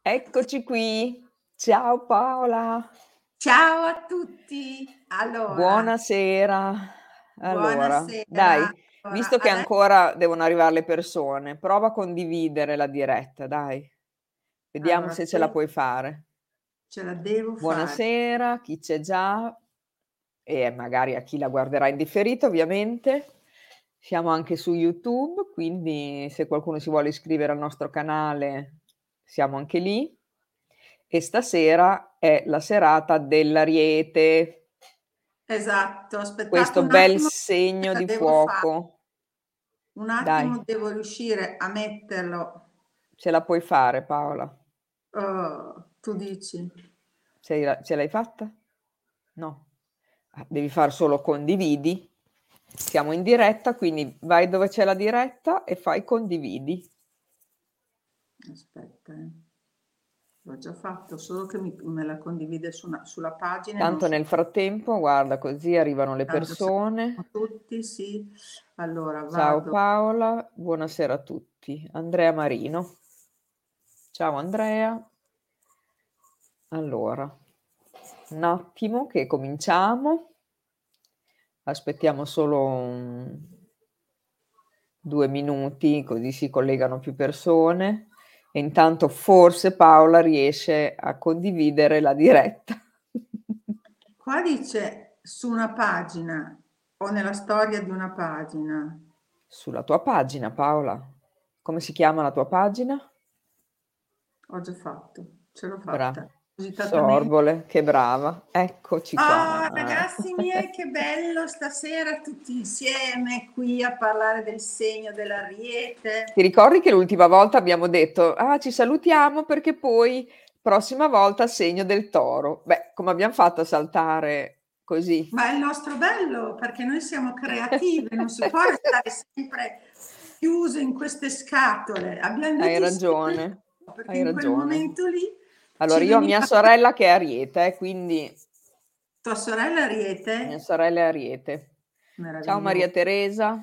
Eccoci qui. Ciao Paola, Ciao a tutti. Allora, buonasera. Allora, buonasera. dai, Allora, visto che adesso ancora devono arrivare le persone, prova a condividere la diretta, dai. Vediamo allora se ce la que puoi fare. ce la devo fare. Buonasera, chi c'è già e magari a chi la guarderà in differita ovviamente. Siamo anche su YouTube, quindi se qualcuno si vuole iscrivere al nostro canale siamo anche lì. E stasera è la serata dell'Ariete, Esatto, aspettate questo un bel attimo segno che la di devo fare. fuoco. Un Dai, attimo devo riuscire a metterlo. ce la puoi fare Paola. Tu dici? Ce l'hai fatta? No. Devi far solo condividi. Siamo in diretta, quindi vai dove c'è la diretta e fai condividi. Aspetta, l'ho già fatto, solo che me la condivide sulla pagina e non Tanto su. nel frattempo, guarda, così arrivano le Tanto sappiamo persone. tutti, sì. Allora Ciao vado. Paola, buonasera a tutti. Andrea Marino. Ciao Andrea. Allora, un attimo che cominciamo. Aspettiamo solo 2 minuti, così si collegano più persone. E intanto forse Paola riesce a condividere la diretta. Qua dice su una pagina o nella storia di una pagina. Sulla tua pagina, Paola. Come si chiama la tua pagina? Ho già fatto, ce l'ho fatta. Brava. Agitatamente. Sorbole, che brava. Eccoci Oh, qua. ragazzi miei, che bello stasera tutti insieme qui a parlare del segno Ti dell'Ariete. ricordi che l'ultima volta abbiamo detto, ah, ci salutiamo perché poi prossima volta segno del toro. Beh, come abbiamo fatto a saltare così? Ma è il nostro bello, perché noi siamo creative, non si può restare sempre chiuse in queste scatole. Abbiamo Hai detto insieme, ragione, perché hai in quel ragione. momento lì Allora, ci io ho veniva. mia sorella che è Ariete, quindi Tua sorella mia Ariete? sorella è Ariete. Ciao Maria Meraviglioso. Teresa.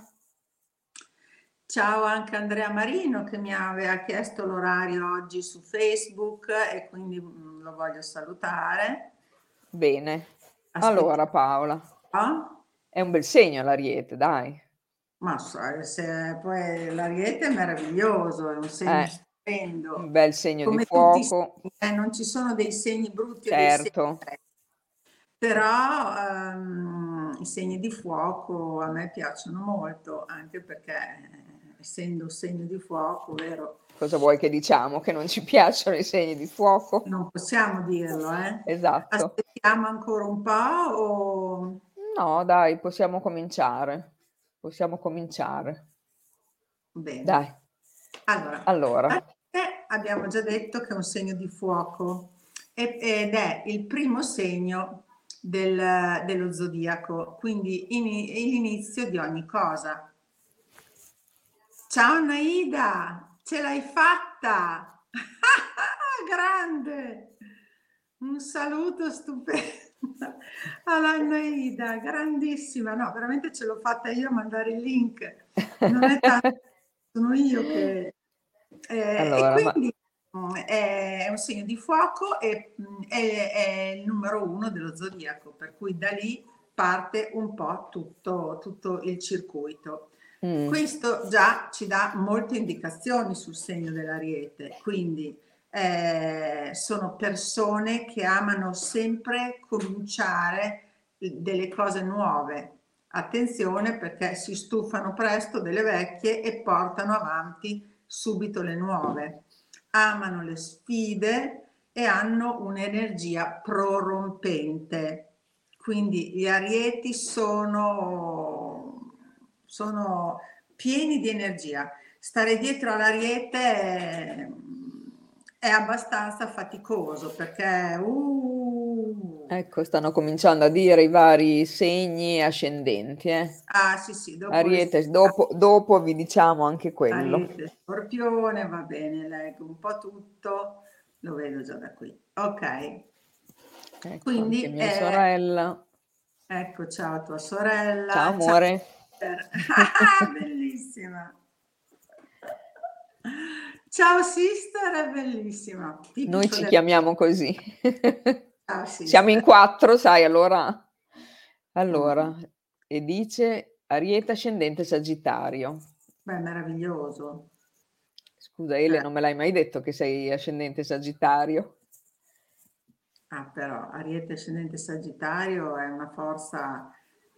Ciao anche Andrea Marino che mi aveva chiesto l'orario oggi su Facebook e quindi lo voglio salutare. Bene. Allora, Aspettiamo. Paola, è un bel segno l'Ariete, dai. Ma poi l'Ariete è meraviglioso, è un segno Un stupendo, bel segno di come tutti i fuoco, segni, non ci sono dei segni brutti o dei segni certo. negativi. Però i segni di fuoco a me piacciono molto, anche perché essendo segno di fuoco, vero? Cosa vuoi che diciamo? Che non ci piacciono i segni di fuoco? Non possiamo dirlo, eh? Esatto. Aspettiamo ancora un po' o. No, dai, possiamo cominciare. Possiamo cominciare. Bene. Dai. Allora, Allora, abbiamo già detto che è un segno di fuoco ed è il primo segno dello zodiaco, quindi l'inizio di ogni cosa. Ciao Naida, ce l'hai fatta! Grande! Un saluto stupendo alla Naida, grandissima. No, veramente ce l'ho fatta io a mandare il link. Non è tanto, sono io che. E allora, ma quindi è un segno di fuoco e è il numero uno dello zodiaco, per cui da lì parte un po' tutto il circuito. mm, Questo già ci dà molte indicazioni sul segno dell'Ariete, quindi sono persone che amano sempre cominciare delle cose nuove. Attenzione perché si stufano presto delle vecchie e portano avanti subito le nuove. Amano le sfide e hanno un'energia prorompente. Quindi gli arieti sono pieni di energia. Stare dietro all'ariete è abbastanza faticoso perché ecco, stanno cominciando a dire i vari segni ascendenti, eh. ah sì sì, dopo le Ariete, dopo vi diciamo anche quello. Ariete, Scorpione, va bene, leggo un po' tutto, lo vedo già da qui. Ok, Ecco, anche quindi mia sorella. ecco, ciao tua Ciao sorella, ciao. amore. Bellissima. Ciao sister è bellissima, Noi tipico ci del chiamiamo così. ciao Siamo in sister. 4, sai, allora Mh. allora, e dice: "Ariete ascendente Sagittario". Beh, meraviglioso. Scusa Ele, Cioè non me l'hai mai detto che sei ascendente Sagittario? però Ariete ascendente Sagittario è una forza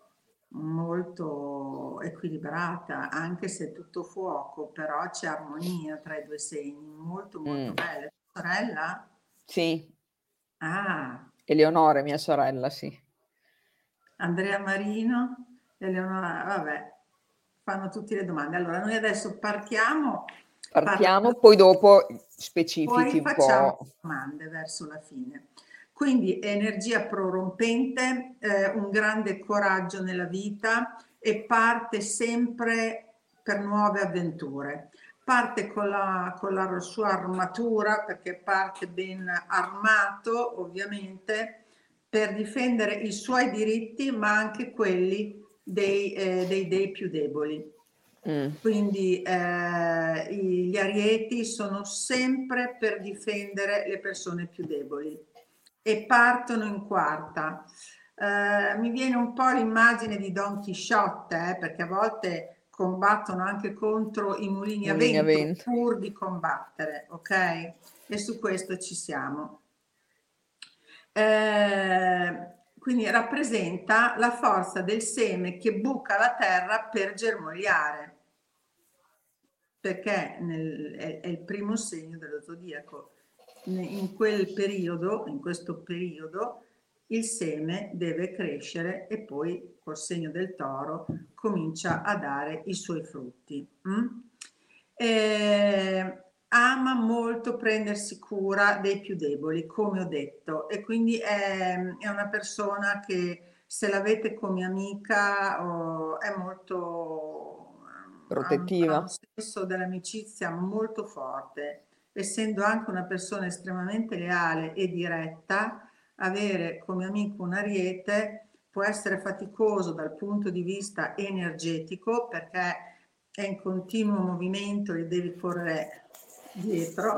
molto equilibrata, anche se è tutto fuoco, però c'è armonia tra i 2 segni, molto, molto Mh, bella. Tua sorella? sì, Ah, Eleonora è mia sorella, sì. Andrea Marino, Eleonora, vabbè, fanno tutte le domande. Allora, noi adesso partiamo parlando, Partiamo, poi dopo poi specifichi un facciamo po'. domande verso la fine. Quindi energia prorompente, un grande coraggio nella vita e parte sempre per nuove avventure. Parte con la sua armatura, perché parte ben armato, ovviamente, per difendere i suoi diritti, ma anche quelli dei dei più deboli. Mh, Quindi gli arieti sono sempre per difendere le persone più deboli e partono in quarta. Mi viene un po' l'immagine di Don Chisciotte, perché a volte combattono anche contro i mulini a mulini a vento vento. pur di combattere, ok? E su questo ci siamo. Quindi rappresenta la forza del seme che buca la terra per germogliare, perché è il primo segno dello zodiaco. In quel periodo, in questo periodo, il seme deve crescere e poi col segno del toro comincia a dare i suoi frutti. Ama molto prendersi cura dei più deboli, come ho detto, e quindi è una persona che se l'avete come amica è molto, ha un Protettiva? senso dell'amicizia molto forte, essendo anche una persona estremamente leale e diretta, avere come amico un ariete può essere faticoso dal punto di vista energetico perché è in continuo movimento e devi correre dietro.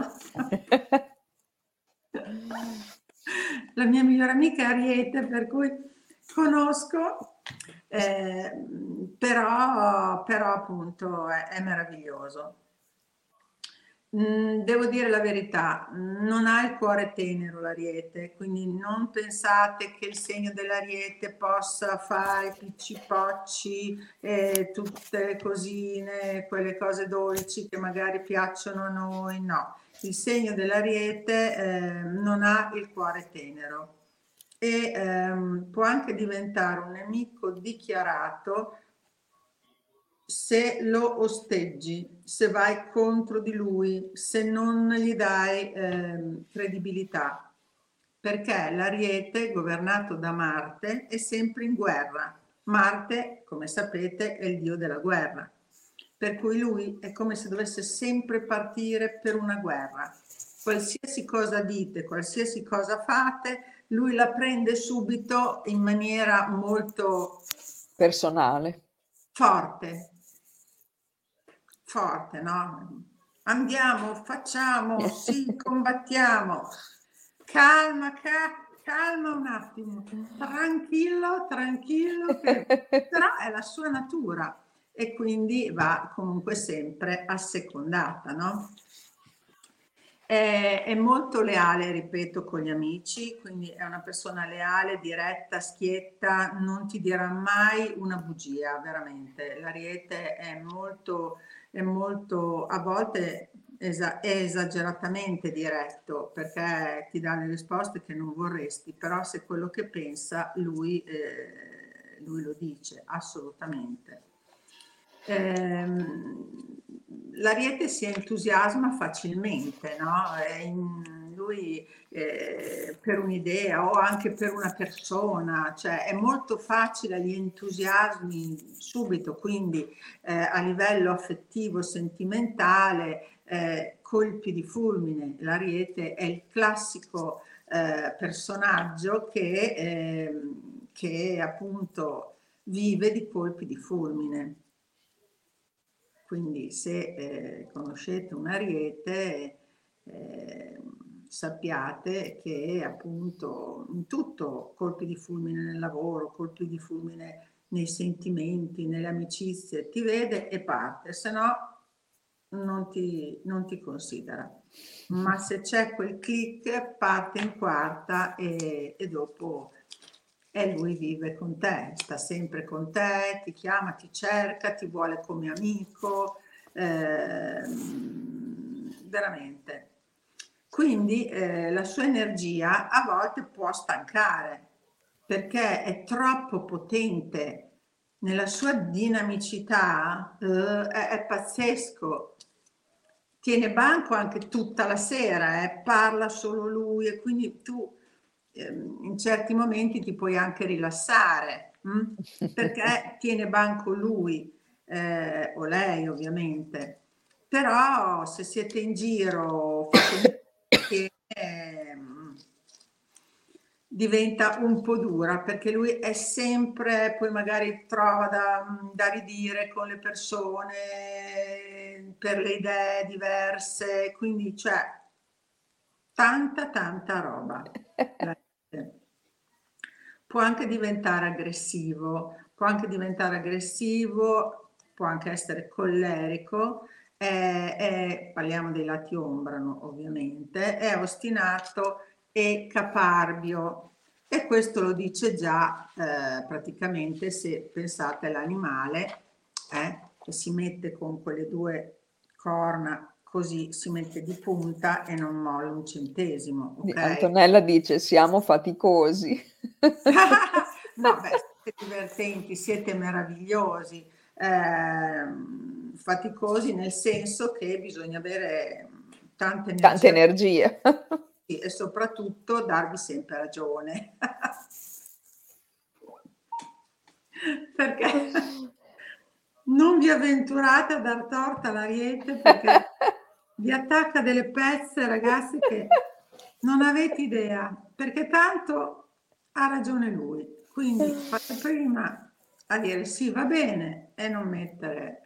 La mia migliore amica è Ariete, per cui conosco, però appunto è meraviglioso. Devo dire la verità, non ha il cuore tenero l'Ariete, quindi non pensate che il segno dell'Ariete possa fare picci pocci, tutte le cosine, quelle cose dolci che magari piacciono a noi, no. Il segno dell'Ariete non ha il cuore tenero e può anche diventare un nemico dichiarato se lo osteggi, se vai contro di lui, se non gli dai credibilità, perché l'Ariete, governato da Marte, è sempre in guerra. Marte, come sapete, è il dio della guerra, per cui lui è come se dovesse sempre partire per una guerra. Qualsiasi cosa dite, qualsiasi cosa fate, lui la prende subito in maniera molto Personale. forte, forte, no? Andiamo, facciamo, sì, combattiamo. Calma, calma un attimo, tranquillo, tranquillo, che però è la sua natura e quindi va comunque sempre assecondata, no? È molto leale, ripeto, con gli amici, quindi è una persona leale, diretta, schietta, non ti dirà mai una bugia, veramente. L'Ariete è molto, a volte è esageratamente diretto perché ti dà le risposte che non vorresti, però se quello che pensa lui lo dice, assolutamente. L'Ariete si entusiasma facilmente, no? Lui per un'idea o anche per una persona, cioè è molto facile gli entusiasmi subito, quindi a livello affettivo, sentimentale, colpi di fulmine. L'Ariete è il classico personaggio che appunto vive di colpi di fulmine. Quindi se conoscete un Ariete, sappiate che appunto in tutto, colpi di fulmine nel lavoro, colpi di fulmine nei sentimenti, nelle amicizie, ti vede e parte, se no non ti considera. Ma se c'è quel click, parte in quarta e dopo lui vive con te, sta sempre con te, ti chiama, ti cerca, ti vuole come amico, veramente. Quindi la sua energia a volte può stancare perché è troppo potente nella sua dinamicità, è pazzesco. Tiene banco anche tutta la sera, parla solo lui e quindi tu in certi momenti ti puoi anche rilassare, perché tiene banco lui o lei ovviamente. Però se siete in giro, fate che diventa un po' dura perché lui è sempre, poi magari trova da ridire con le persone per le idee diverse, quindi c'è tanta roba. Può anche diventare aggressivo, può anche essere collerico, parliamo dei lati ombra, no, ovviamente, è ostinato e caparbio. E questo lo dice già praticamente se pensate all'animale che si mette con quelle due corna così, si mette di punta e non molla un centesimo, ok? Antonella dice siamo faticosi. No, beh, siete divertenti, siete meravigliosi, faticosi nel senso che bisogna avere tanta Tanta energia energia. e soprattutto darvi sempre ragione. Perché non vi avventurate a dar torto all'Ariete perché vi attacca delle pezze, ragazzi, che non avete idea, perché tanto ha ragione lui. Quindi fate prima a dire sì, va bene, e non mettere.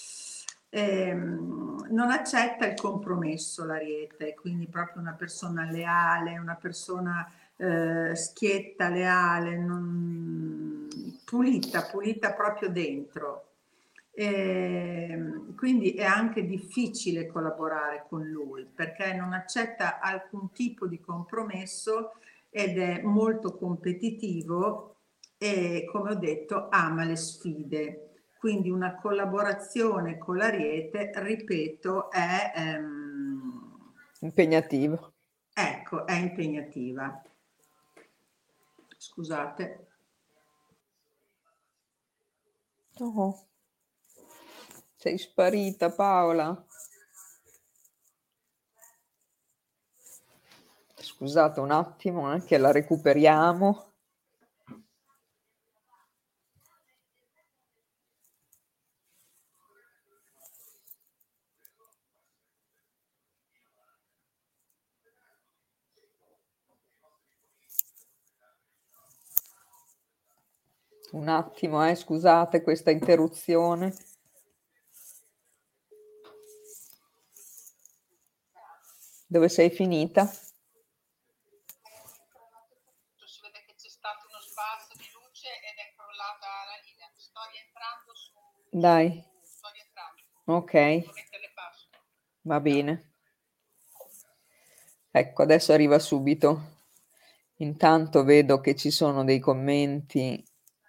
Non accetta il compromesso l'Ariete, quindi proprio una persona leale, una persona schietta, leale, pulita proprio dentro. Quindi è anche difficile collaborare con lui perché non accetta alcun tipo di compromesso ed è molto competitivo e, come ho detto, ama le sfide. Quindi una collaborazione con l'Ariete, ripeto, Impegnativo. ecco, è impegnativa. Scusate. Oh, sei sparita, Paola. Scusate un attimo, che la recuperiamo. Un attimo, scusate questa interruzione. Dove sei finita? Si vede che c'è stato uno sbalzo di luce ed è crollata la linea. Sto rientrando su. Dai. Sto rientrando. Ok. Devo mettere le password. Va bene. Ecco, adesso arriva subito. Intanto vedo che ci sono dei commenti.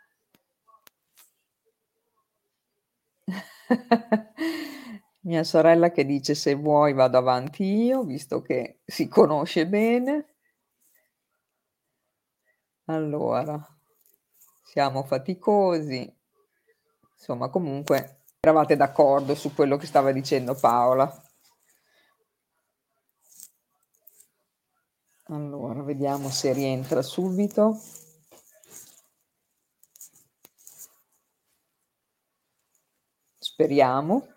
Mia sorella che dice se vuoi vado avanti io, visto che si conosce bene. Allora, siamo faticosi. Insomma, comunque eravate d'accordo su quello che stava dicendo Paola. Allora, vediamo se rientra subito. Speriamo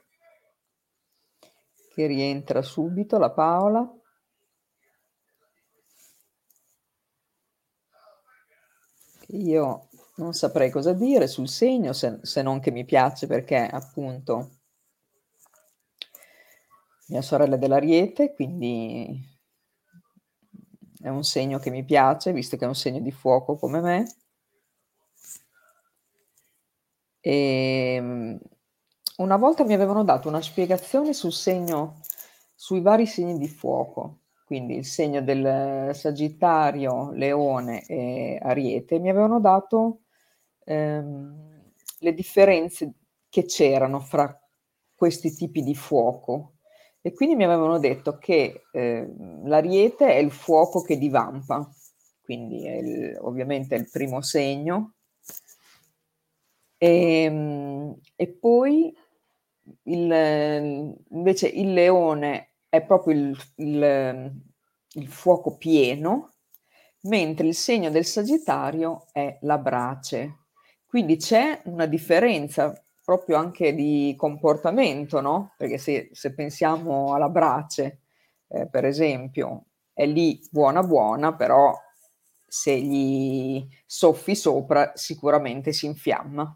che rientra subito la Paola. Io non saprei cosa dire sul segno, se non che mi piace perché appunto mia sorella è dell'Ariete, quindi è un segno che mi piace, visto che è un segno di fuoco come me. Una volta mi avevano dato una spiegazione sui vari segni di fuoco, quindi il segno del Sagittario, Leone e Ariete, mi avevano dato le differenze che c'erano fra questi tipi di fuoco. E quindi mi avevano detto che l'Ariete è il fuoco che divampa, quindi ovviamente è il primo segno. E poi invece il Leone è proprio il fuoco pieno, mentre il segno del Sagittario è la Brace. Quindi c'è una differenza proprio anche di comportamento, no? Perché se pensiamo alla Brace, per esempio, è lì buona buona, però se gli soffi sopra sicuramente si infiamma.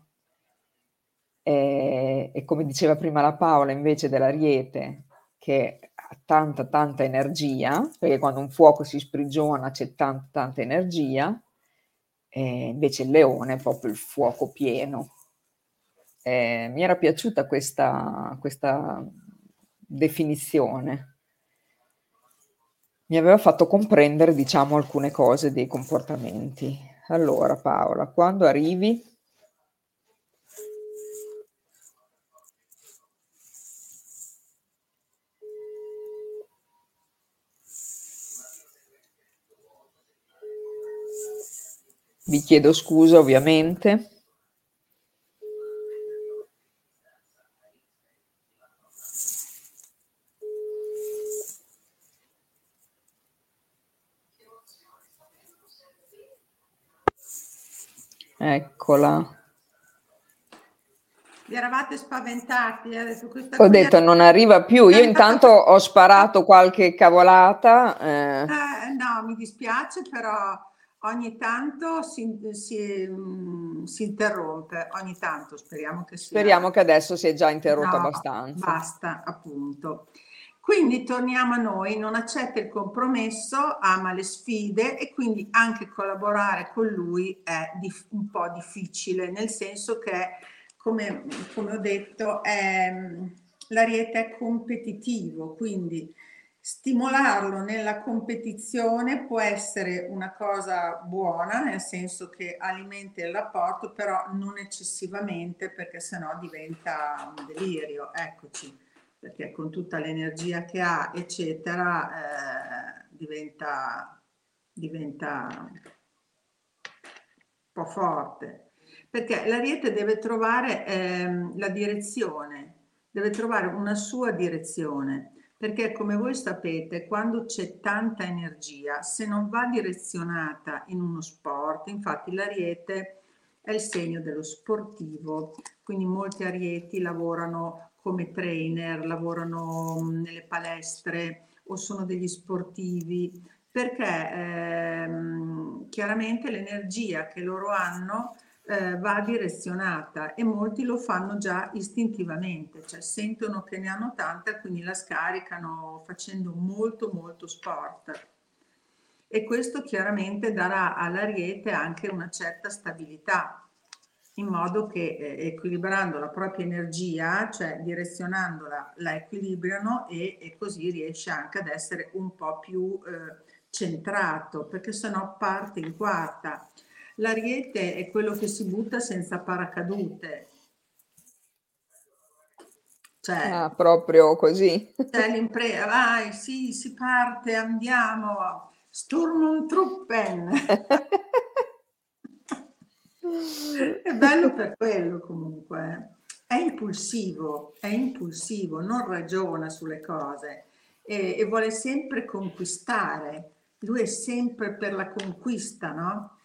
E come diceva prima la Paola, invece dell'Ariete, che ha tanta, tanta energia, perché quando un fuoco si sprigiona c'è tanta, tanta energia, invece il Leone è proprio il fuoco pieno. Mi era piaciuta questa definizione. Mi aveva fatto comprendere, diciamo, alcune cose dei comportamenti. Allora, Paola, quando arrivi? Vi chiedo scusa, ovviamente. Eccola. Vi eravate spaventati, detto, questa Ho qui detto non arriva più. Io intanto ho sparato qualche cavolata. No, mi dispiace, però ogni tanto si interrompe, ogni tanto speriamo che sia... Speriamo che adesso si è già interrotto No, abbastanza. basta, appunto. Quindi torniamo a noi, non accetta il compromesso, ama le sfide e quindi anche collaborare con lui è un po' difficile, nel senso che, come ho detto, l'Ariete è competitivo, quindi stimolarlo nella competizione può essere una cosa buona, nel senso che alimenta il rapporto, però non eccessivamente, perché sennò diventa un delirio. Eccoci, perché con tutta l'energia che ha, eccetera, diventa un po' forte. Perché l'Ariete deve trovare la direzione, deve trovare una sua direzione, perché come voi sapete, quando c'è tanta energia, se non va direzionata in uno sport, infatti l'Ariete è il segno dello sportivo, quindi molti arieti lavorano come trainer, lavorano nelle palestre o sono degli sportivi, perché chiaramente l'energia che loro hanno va direzionata e molti lo fanno già istintivamente, cioè sentono che ne hanno tanta, quindi la scaricano facendo molto molto sport. E questo chiaramente darà all'Ariete anche una certa stabilità, in modo che equilibrando la propria energia, cioè direzionandola, la equilibrano e così riesce anche ad essere un po' più centrato, perché sennò parte in quarta. L'Ariete è quello che si butta senza paracadute, cioè Proprio così. c'è l'impresa, vai, sì, si parte, andiamo, Sturmtruppen. È bello per quello comunque. È impulsivo, non ragiona sulle cose e vuole sempre conquistare. Lui è sempre per la conquista, no?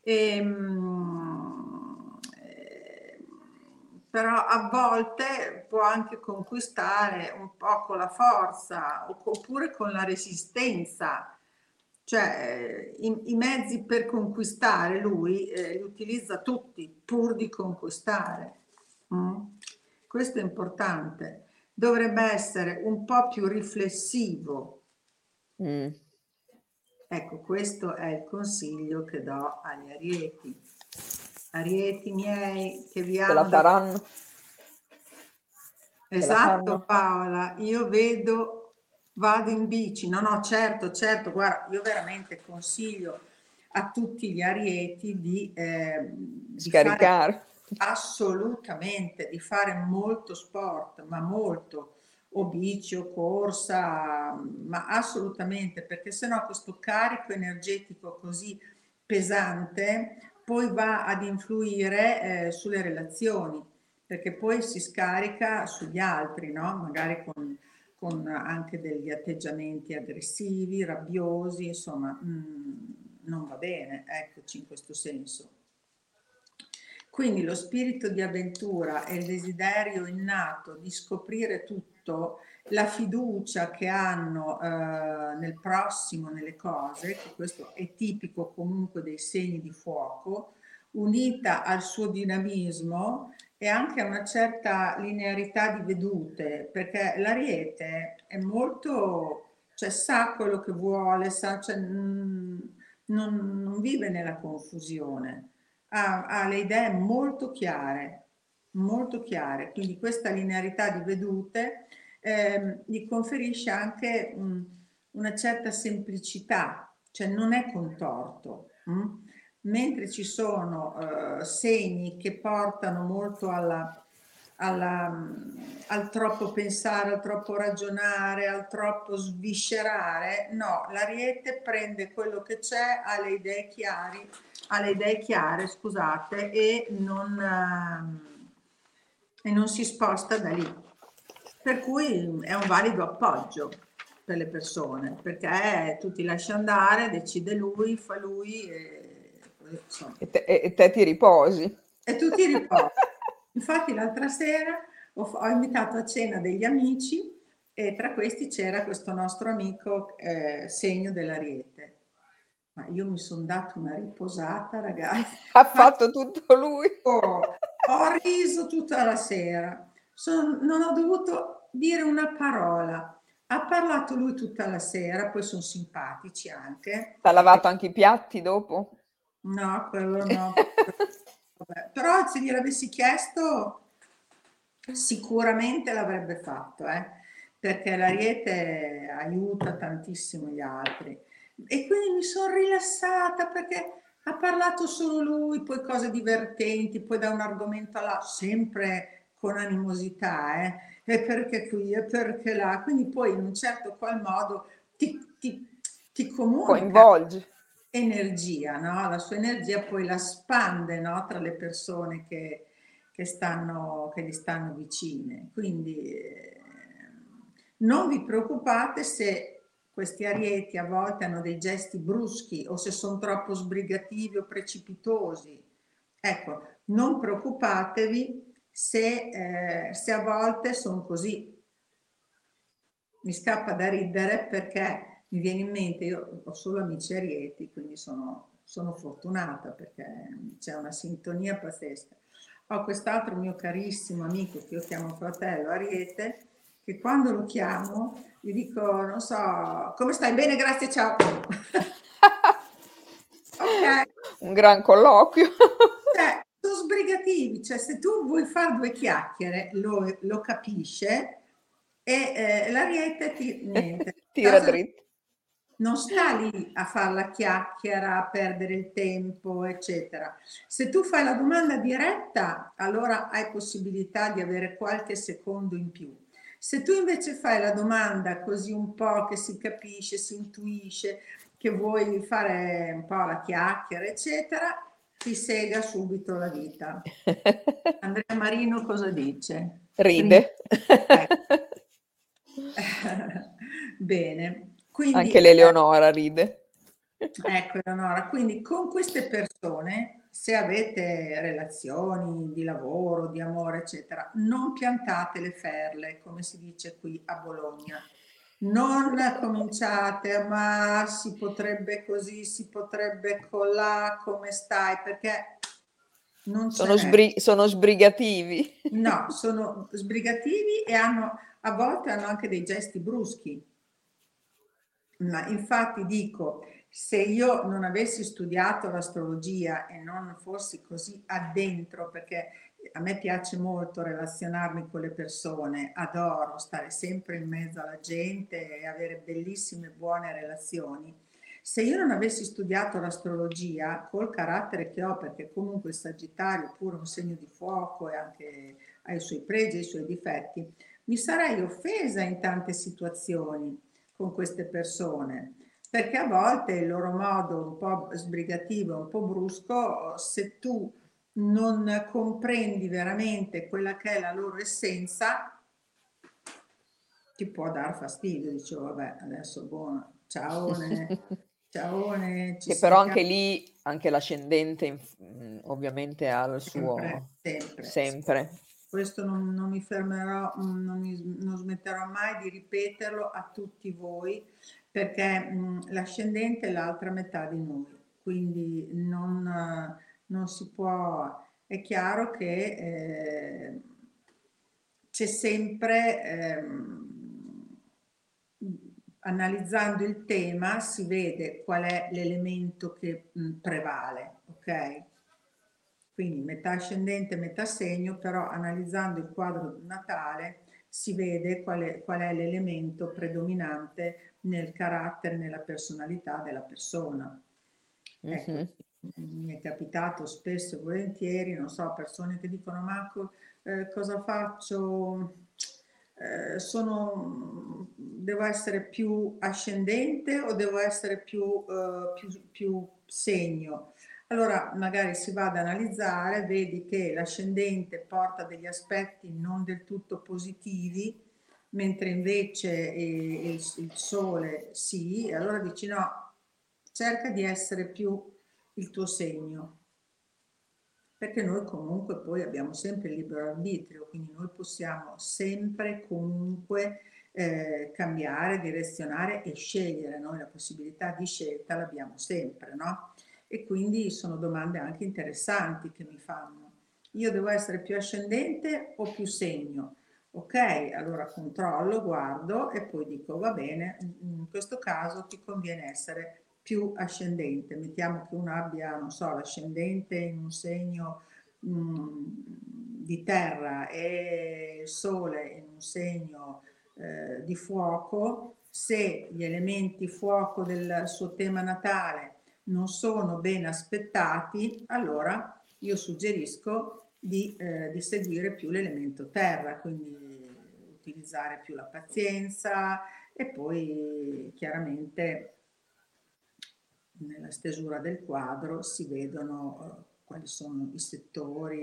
Però a volte può anche conquistare un po' con la forza oppure con la resistenza, cioè i mezzi per conquistare lui li utilizza tutti pur di conquistare. Mm? Questo è importante. dovrebbe essere un po' più riflessivo. Mm. Ecco, questo è il consiglio che do agli arieti. Arieti miei che vi Ce la amo. faranno? Ce la Esatto, fanno? Paola, io vedo, vado in bici, no, no, certo, certo, guarda, io veramente consiglio a tutti gli arieti di fare Scaricare? assolutamente, di fare molto sport, ma molto, o bici o corsa, ma assolutamente, perché sennò questo carico energetico così pesante poi va ad influire sulle relazioni perché poi si scarica sugli altri, no? Magari con anche degli atteggiamenti aggressivi, rabbiosi, insomma, non va bene, eccoci in questo senso. Quindi lo spirito di avventura e il desiderio innato di scoprire tutto, la fiducia che hanno nel prossimo, nelle cose, che questo è tipico comunque dei segni di fuoco, unita al suo dinamismo e anche a una certa linearità di vedute, perché l'Ariete è molto, cioè sa quello che vuole, sa, cioè, non vive nella confusione, ha le idee molto chiare, quindi questa linearità di vedute gli conferisce anche una certa semplicità, cioè non è contorto. Mentre ci sono segni che portano molto al troppo pensare, al troppo ragionare, al troppo sviscerare, no, l'Ariete prende quello che c'è, ha le idee chiare, scusate, e non si sposta da lì. Per cui è un valido appoggio per le persone, perché tu ti lasci andare, decide lui, fa lui e insomma. E te ti riposi. E tu ti riposi. Infatti l'altra sera ho invitato a cena degli amici e tra questi c'era questo nostro amico segno dell'Ariete. Ma io mi sono dato una riposata, ragazzi. Ha Ma fatto tutto lui. ho riso tutta la sera. Non ho dovuto dire una parola. Ha parlato lui tutta la sera, poi sono simpatici anche. T'ha lavato anche i piatti dopo? No, quello no. Vabbè. Però se gliel'avessi chiesto sicuramente l'avrebbe fatto, perché l'Ariete aiuta tantissimo gli altri. E quindi mi sono rilassata perché ha parlato solo lui, poi cose divertenti, poi da un argomento all'altro, sempre con animosità, e perché qui, e perché là. Quindi poi in un certo qual modo ti comunica Coinvolge. energia, no? La sua energia poi la spande, no? Tra le persone che gli stanno vicine. Quindi non vi preoccupate se questi arieti a volte hanno dei gesti bruschi o se sono troppo sbrigativi o precipitosi. Ecco, non preoccupatevi se a volte sono così. Mi scappa da ridere perché mi viene in mente, io ho solo amici arieti, quindi sono fortunata perché c'è una sintonia pazzesca. Ho quest'altro mio carissimo amico che io chiamo fratello Ariete, che quando lo chiamo gli dico, non so, come stai? Bene, grazie, ciao. Ok, Un gran colloquio. cioè, sono sbrigativi, cioè se tu vuoi fare due chiacchiere lo capisce e l'Ariete niente, Tira cosa dritto. non sta lì a fare la chiacchiera, a perdere il tempo, eccetera. Se tu fai la domanda diretta, allora hai possibilità di avere qualche secondo in più. Se tu invece fai la domanda così un po' che si capisce, si intuisce, che vuoi fare un po' la chiacchiera, eccetera, ti sega subito la vita. Andrea Marino cosa dice? Ride. Ecco. Bene, Anche quindi l'Eleonora ride. ecco Eleonora, quindi con queste persone, se avete relazioni di lavoro, di amore, eccetera, non piantate le ferle, come si dice qui a Bologna. Non cominciate, ma si potrebbe così, si potrebbe colà, come stai, perché non ce n'è. Sono sbrigativi. No, sono sbrigativi e hanno a volte hanno anche dei gesti bruschi. Ma infatti dico, se io non avessi studiato l'astrologia e non fossi così addentro, perché a me piace molto relazionarmi con le persone, adoro stare sempre in mezzo alla gente e avere bellissime, buone relazioni. Se io non avessi studiato l'astrologia, col carattere che ho, perché comunque il Sagittario, pure un segno di fuoco e anche ha i suoi pregi e i suoi difetti, mi sarei offesa in tante situazioni con queste persone, perché a volte il loro modo un po' sbrigativo, un po' brusco, se tu non comprendi veramente quella che è la loro essenza, ti può dar fastidio. Dicevo, vabbè, adesso buono, ciaone, ciaone, ci Che però sentiamo anche lì, anche l'ascendente ovviamente ha il sempre, suo sempre. sempre. Questo non mi fermerò, non smetterò mai di ripeterlo a tutti voi, perché l'ascendente è l'altra metà di noi, quindi non si può, è chiaro che c'è sempre, analizzando il tema, si vede qual è l'elemento che prevale, ok? Quindi metà ascendente, metà segno, però analizzando il quadro natale si vede qual è l'elemento predominante nel carattere, nella personalità della persona. Ecco, Mh-mh. mi è capitato spesso e volentieri, non so, persone che dicono: Marco, cosa faccio? Devo essere più ascendente o devo essere più segno? Allora magari si va ad analizzare, vedi che l'ascendente porta degli aspetti non del tutto positivi, mentre invece il sole sì, e allora dici no, cerca di essere più il tuo segno, perché noi comunque poi abbiamo sempre il libero arbitrio, quindi noi possiamo sempre comunque cambiare, direzionare e scegliere, noi la possibilità di scelta l'abbiamo sempre, no? E quindi sono domande anche interessanti che mi fanno. Io devo essere più ascendente o più segno? Ok, allora controllo, guardo e poi dico va bene, in questo caso ti conviene essere più ascendente. Mettiamo che uno abbia, non so, l'ascendente in un segno di terra e il sole in un segno di fuoco, se gli elementi fuoco del suo tema natale non sono ben aspettati, allora io suggerisco di seguire più l'elemento terra, quindi utilizzare più la pazienza e poi chiaramente nella stesura del quadro si vedono quali sono i settori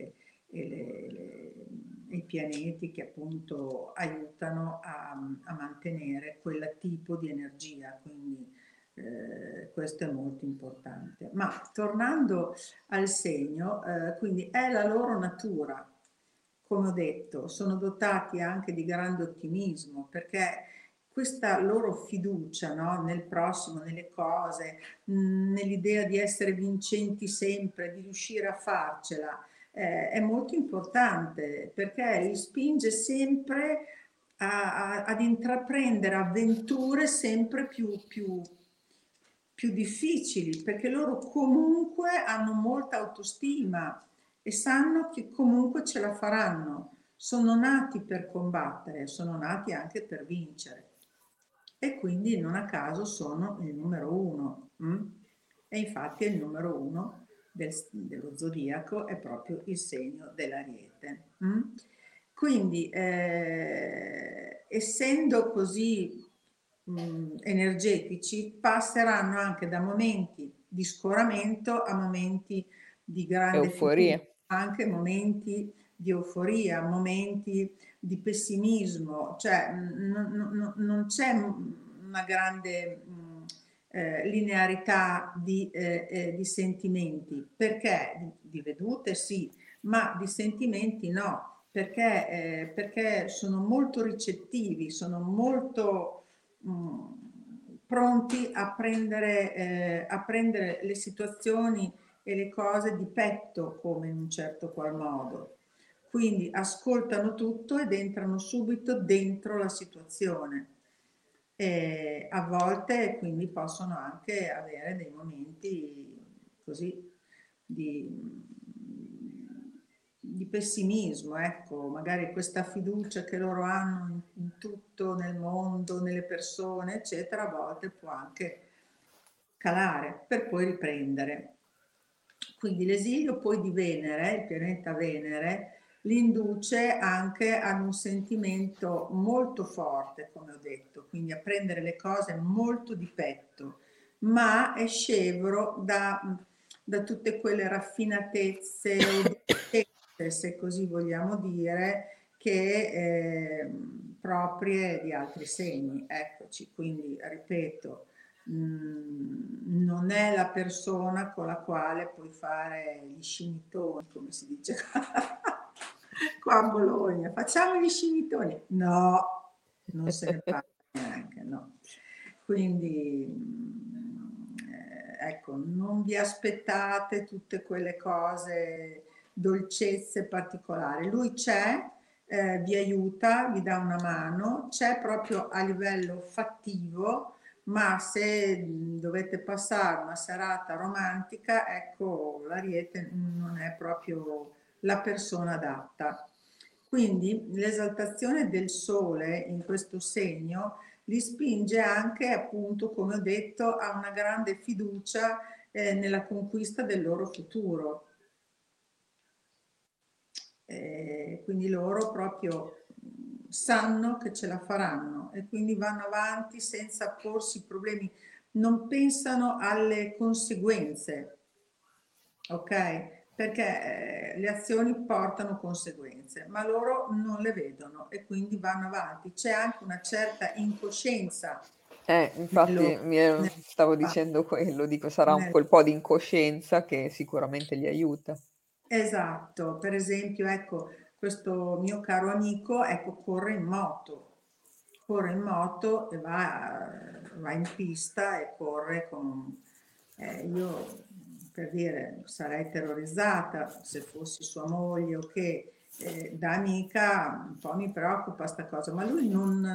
e i pianeti che appunto aiutano a mantenere quel tipo di energia, quindi questo è molto importante. Ma tornando al segno, quindi è la loro natura, come ho detto, sono dotati anche di grande ottimismo perché questa loro fiducia, no, nel prossimo, nelle cose, nell'idea di essere vincenti sempre, di riuscire a farcela, è molto importante perché li spinge sempre ad intraprendere avventure sempre più difficili, perché loro comunque hanno molta autostima e sanno che comunque ce la faranno. Sono nati per combattere, sono nati anche per vincere e quindi non a caso sono il numero uno. E infatti il numero uno dello zodiaco è proprio il segno dell'Ariete. Quindi, essendo così energetici, passeranno anche da momenti di scoramento a momenti di grande Euforia. fiducia, anche momenti di euforia, momenti di pessimismo, cioè non c'è una grande linearità di sentimenti, perché di vedute sì, ma di sentimenti no, perché sono molto ricettivi, sono molto pronti a prendere le situazioni e le cose di petto, come in un certo qual modo. quindi ascoltano tutto ed entrano subito dentro la situazione. E a volte quindi possono anche avere dei momenti così di pessimismo, ecco, magari questa fiducia che loro hanno in tutto, nel mondo, nelle persone, eccetera, a volte può anche calare per poi riprendere. Quindi l'esilio poi di Venere, il pianeta Venere, li induce anche ad un sentimento molto forte, come ho detto, quindi a prendere le cose molto di petto, ma è scevro da tutte quelle raffinatezze o dolcezze, se così vogliamo dire, che proprie di altri segni. Eccoci, quindi ripeto, non è la persona con la quale puoi fare gli scimitoni, come si dice qua a Bologna. Facciamo gli scimitoni? No, non se ne parla neanche, no. Quindi, ecco, non vi aspettate tutte quelle cose, dolcezze particolari. Lui c'è, vi aiuta, vi dà una mano, c'è proprio a livello fattivo, ma se dovete passare una serata romantica, ecco, l'Ariete non è proprio la persona adatta. Quindi l'esaltazione del Sole in questo segno li spinge anche, appunto, come ho detto, a una grande fiducia nella conquista del loro futuro. Quindi loro proprio sanno che ce la faranno e quindi vanno avanti senza porsi problemi, non pensano alle conseguenze, ok? Perché le azioni portano conseguenze, ma loro non le vedono e quindi vanno avanti. C'è anche una certa incoscienza Infatti stavo nel, dicendo quello, dico sarà un nel quel po' di incoscienza che sicuramente li aiuta. Esatto, per esempio, ecco, questo mio caro amico, ecco, corre in moto e va in pista e corre con... io, per dire, sarei terrorizzata se fossi sua moglie o che da amica un po' mi preoccupa sta cosa, ma lui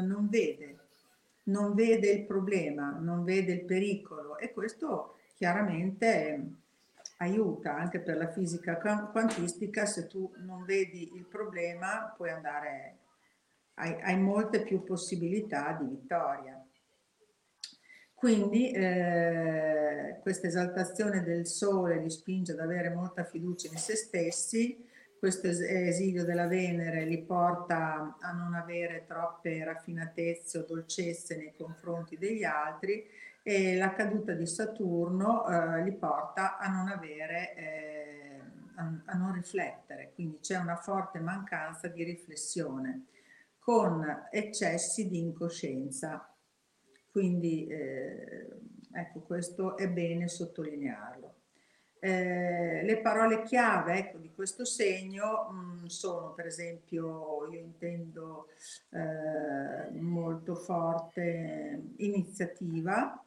non vede il problema, non vede il pericolo e questo chiaramente aiuta anche per la fisica quantistica. Se tu non vedi il problema puoi andare, hai molte più possibilità di vittoria. Quindi questa esaltazione del Sole li spinge ad avere molta fiducia in se stessi, questo esilio della Venere li porta a non avere troppe raffinatezze o dolcezze nei confronti degli altri e la caduta di Saturno li porta a non avere, a non riflettere, quindi c'è una forte mancanza di riflessione con eccessi di incoscienza. Quindi ecco, questo è bene sottolinearlo. Le parole chiave, ecco, di questo segno sono, per esempio, io intendo molto forte iniziativa,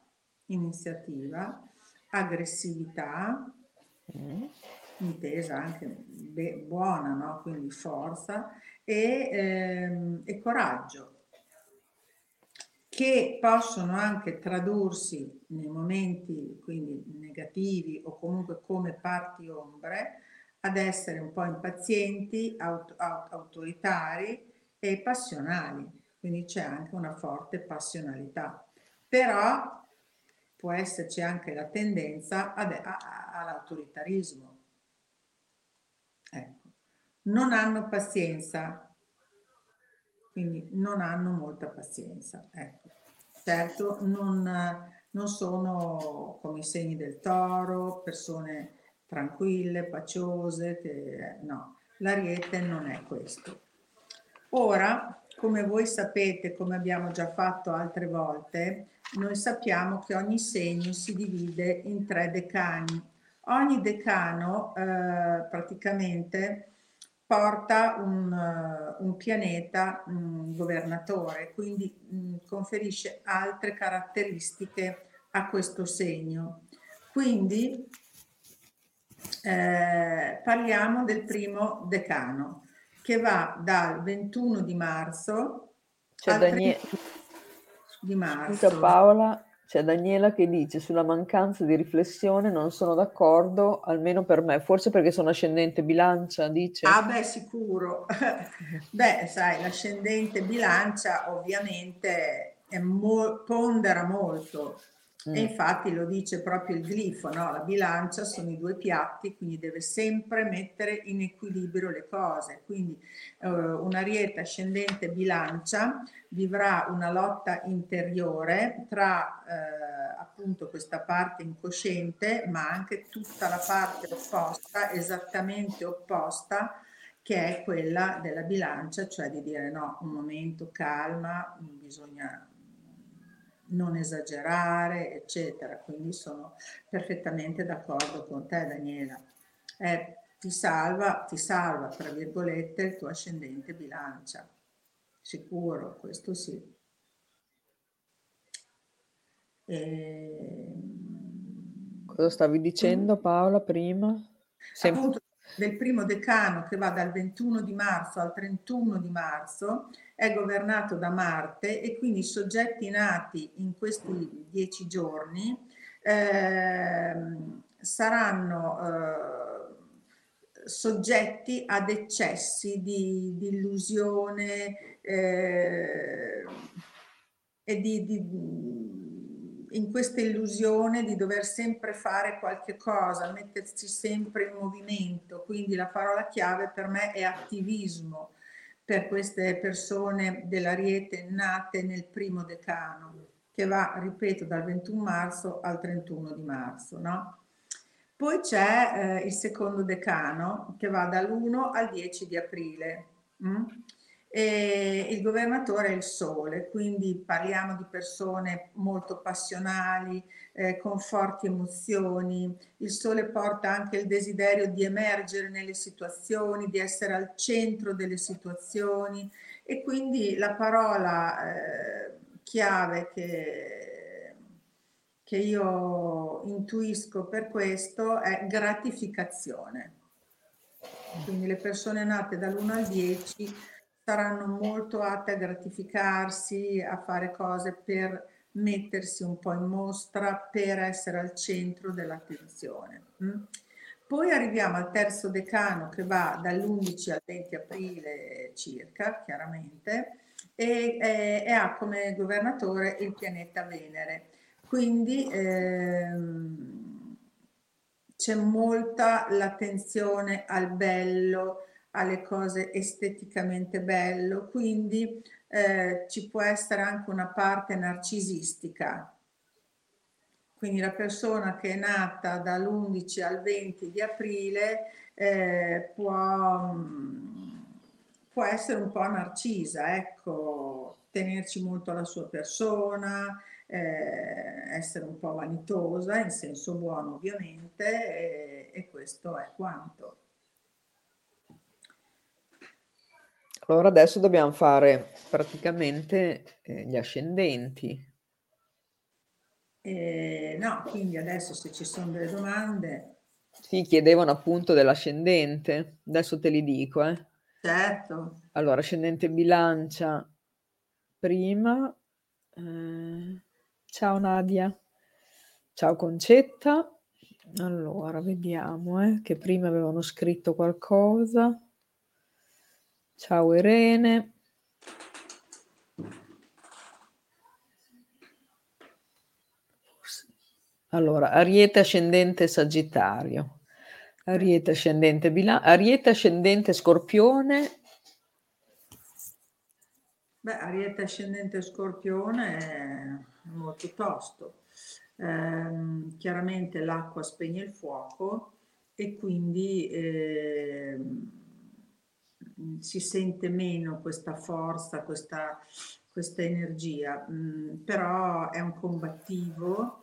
aggressività, intesa anche buona, no? Quindi forza e coraggio, che possono anche tradursi nei momenti quindi negativi o comunque come parti ombre ad essere un po' impazienti, autoritari e passionali, quindi c'è anche una forte passionalità, però può esserci anche la tendenza all'autoritarismo. Ecco. Non hanno pazienza, quindi non hanno molta pazienza. Ecco. Certo, non sono come i segni del toro, persone tranquille, paciose, no, l'Ariete non è questo. Ora, come voi sapete, come abbiamo già fatto altre volte, noi sappiamo che ogni segno si divide in 3 decani. Ogni decano praticamente porta un pianeta governatore, quindi conferisce altre caratteristiche a questo segno. Quindi parliamo del primo decano, che va dal 21 di marzo C'è al 30 di Scusa marzo. Paola, c'è Daniela che dice sulla mancanza di riflessione non sono d'accordo, almeno per me, forse perché sono ascendente bilancia, Ah dice. beh, sicuro. Beh, sai, l'ascendente bilancia ovviamente pondera molto e Mm. infatti lo dice proprio il glifo, no? La bilancia sono i due piatti, quindi deve sempre mettere in equilibrio le cose. Quindi un ariete ascendente bilancia vivrà una lotta interiore tra appunto questa parte incosciente, ma anche tutta la parte opposta, esattamente opposta, che è quella della bilancia, cioè di dire no, un momento, calma, bisogna non esagerare, eccetera. Quindi sono perfettamente d'accordo con te, Daniela. Ti salva, tra virgolette, il tuo ascendente bilancia. Sicuro, questo sì. Cosa stavi dicendo Paola prima? Sempre. Appunto del primo decano che va dal 21 di marzo al 31 di marzo è governato da Marte e quindi i soggetti nati in questi 10 giorni saranno soggetti ad eccessi di illusione e in questa illusione di dover sempre fare qualche cosa, mettersi sempre in movimento. Quindi la parola chiave per me è attivismo per queste persone dell'Ariete nate nel primo decano, che va, ripeto, dal 21 marzo al 31 di marzo, no? Poi c'è il secondo decano che va dall'1 al 10 di aprile. E il governatore è il Sole, quindi parliamo di persone molto passionali, con forti emozioni. Il Sole porta anche il desiderio di emergere nelle situazioni, di essere al centro delle situazioni e quindi la parola chiave che io intuisco per questo è gratificazione. Quindi le persone nate dall'1 al 10 saranno molto atte a gratificarsi, a fare cose per mettersi un po' in mostra, per essere al centro dell'attenzione. Poi arriviamo al terzo decano che va dall'11 al 20 aprile circa, chiaramente, e ha come governatore il pianeta Venere. Quindi c'è molta l'attenzione al bello, alle cose esteticamente bello, quindi ci può essere anche una parte narcisistica. Quindi la persona che è nata dall'11 al 20 di aprile può essere un po' narcisa, ecco, tenerci molto alla sua persona, essere un po' vanitosa, in senso buono ovviamente, e questo è quanto. Allora adesso dobbiamo fare praticamente gli ascendenti. No, quindi adesso se ci sono delle domande, Sì, chiedevano appunto dell'ascendente, adesso te li dico, eh. certo. Allora, ascendente bilancia prima. Ciao Nadia. Ciao Concetta. Allora, vediamo, che prima avevano scritto qualcosa. Ciao Irene. Allora, Ariete ascendente Sagittario. Ariete ascendente Ariete ascendente Scorpione. Beh, Ariete ascendente Scorpione è molto tosto. Chiaramente l'acqua spegne il fuoco e quindi si sente meno questa forza, questa energia, però è un combattivo,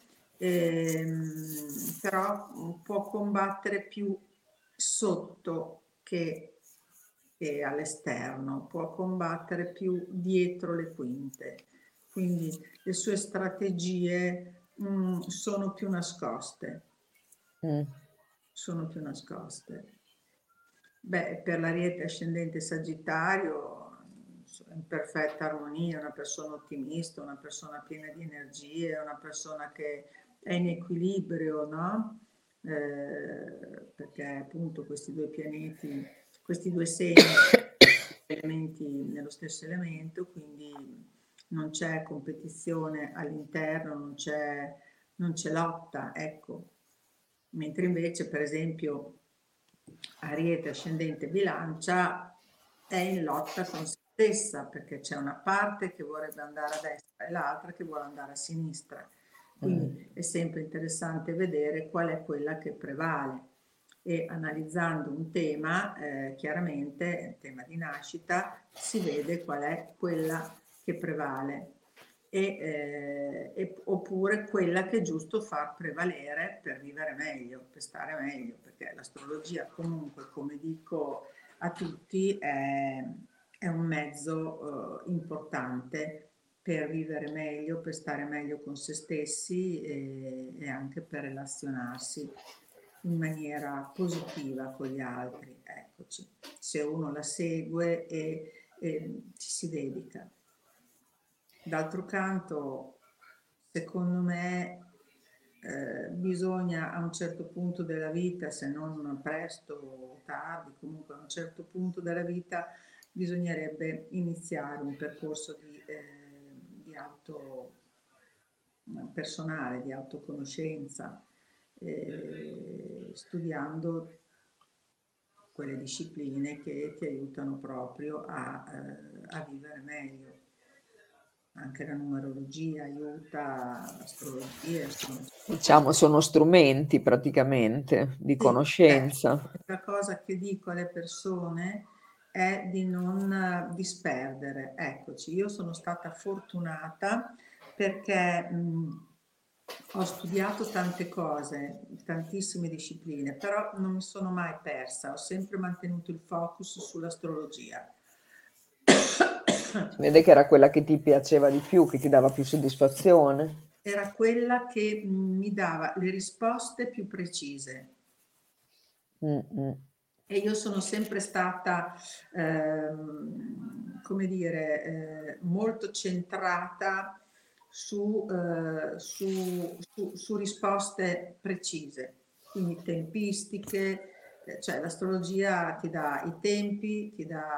però può combattere più sotto che all'esterno, può combattere più dietro le quinte. Quindi le sue strategie sono più nascoste. Mm. Sono più nascoste. Beh, per l'Ariete ascendente Sagittario in perfetta armonia, una persona ottimista, una persona piena di energie, una persona che è in equilibrio, no? Perché appunto questi due pianeti, questi due segni, elementi nello stesso elemento, quindi non c'è competizione all'interno, non c'è lotta, ecco. Mentre invece, per esempio, Ariete ascendente Bilancia è in lotta con se stessa perché c'è una parte che vorrebbe andare a destra e l'altra che vuole andare a sinistra. Quindi è sempre interessante vedere qual è quella che prevale e analizzando un tema, chiaramente, il tema di nascita, si vede qual è quella che prevale oppure quella che è giusto far prevalere per vivere meglio, per stare meglio, perché l'astrologia comunque, come dico a tutti, è un mezzo importante per vivere meglio, per stare meglio con se stessi e anche per relazionarsi in maniera positiva con gli altri. Eccoci, se uno la segue e ci si dedica. D'altro canto, secondo me, bisogna a un certo punto della vita, se non presto o tardi, comunque a un certo punto della vita, bisognerebbe iniziare un percorso di auto personale, di autoconoscenza, studiando quelle discipline che ti aiutano proprio a vivere meglio. Anche la numerologia aiuta, l'astrologia, insomma. Diciamo, sono strumenti praticamente di Sì, conoscenza. la cosa che dico alle persone è di non disperdere. Eccoci, io sono stata fortunata perché ho studiato tante cose, tantissime discipline, però non mi sono mai persa, ho sempre mantenuto il focus sull'astrologia. Si vede che era quella che ti piaceva di più, che ti dava più soddisfazione. Era quella che mi dava le risposte più precise. Mm-mm. E io sono sempre stata, come dire, molto centrata su risposte precise, quindi tempistiche, cioè l'astrologia ti dà i tempi,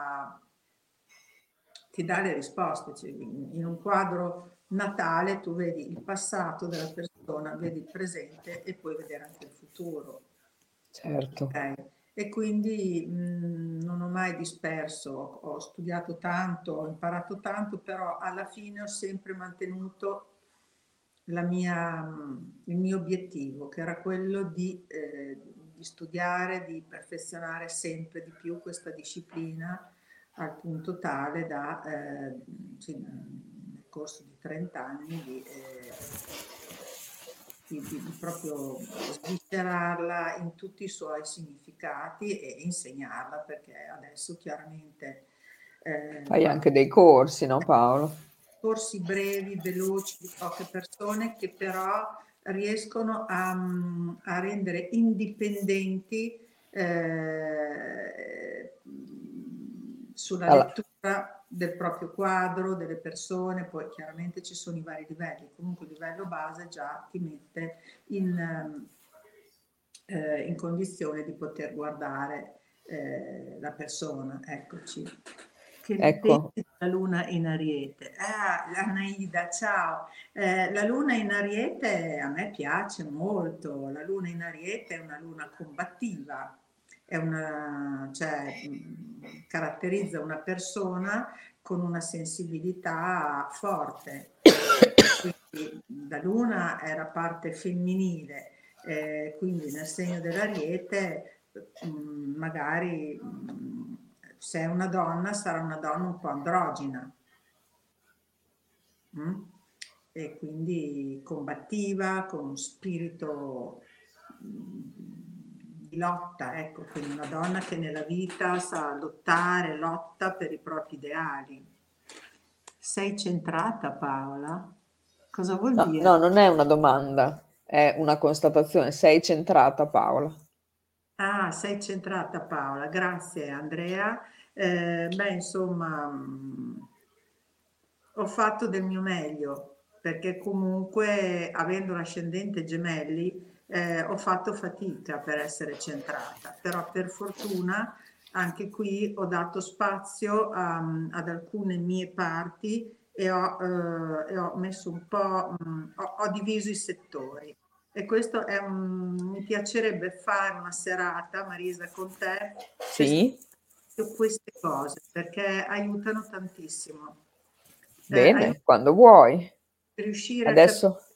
ti dà le risposte, cioè, in un quadro natale tu vedi il passato della persona, vedi il presente e puoi vedere anche il futuro. Certo. Okay. E quindi, non ho mai disperso, ho studiato tanto, ho imparato tanto, però alla fine ho sempre mantenuto il mio obiettivo, che era quello di studiare, di perfezionare sempre di più questa disciplina al punto tale da, sì, nel corso di 30 anni di proprio sviscerarla in tutti i suoi significati e insegnarla perché adesso chiaramente Fai anche dei corsi, no Paolo? corsi brevi, veloci di poche persone che però riescono a rendere indipendenti sulla Alla- lettura del proprio quadro, delle persone, poi chiaramente ci sono i vari livelli, comunque il livello base già ti mette in condizione di poter guardare la persona, eccoci. Che ne Ecco, pensi della luna in Ariete? Ah, Anaida, ciao. La luna in Ariete a me piace molto. La luna in Ariete è una luna combattiva, cioè, caratterizza una persona con una sensibilità forte. Quindi la luna è la parte femminile, quindi nel segno dell'Ariete magari se è una donna sarà una donna un po' androgina. Mm? E quindi combattiva, con uno spirito di lotta, ecco, quindi una donna che nella vita sa lottare, lotta per i propri ideali. Sei centrata, Paola? Cosa vuol no, dire? no, non è una domanda, è una constatazione. Sei centrata, Paola. Ah, Ah, sei centrata Paola, grazie Andrea. Beh, insomma, ho fatto del mio meglio perché comunque avendo l'ascendente gemelli ho fatto fatica per essere centrata, però per fortuna anche qui ho dato spazio ad alcune mie parti e ho messo un po', ho diviso i settori. E questo è mi piacerebbe fare una serata, Marisa, con te per Sì, spiegare queste cose perché aiutano tantissimo. Aiuta bene, quando vuoi. a riuscire a capire. Adesso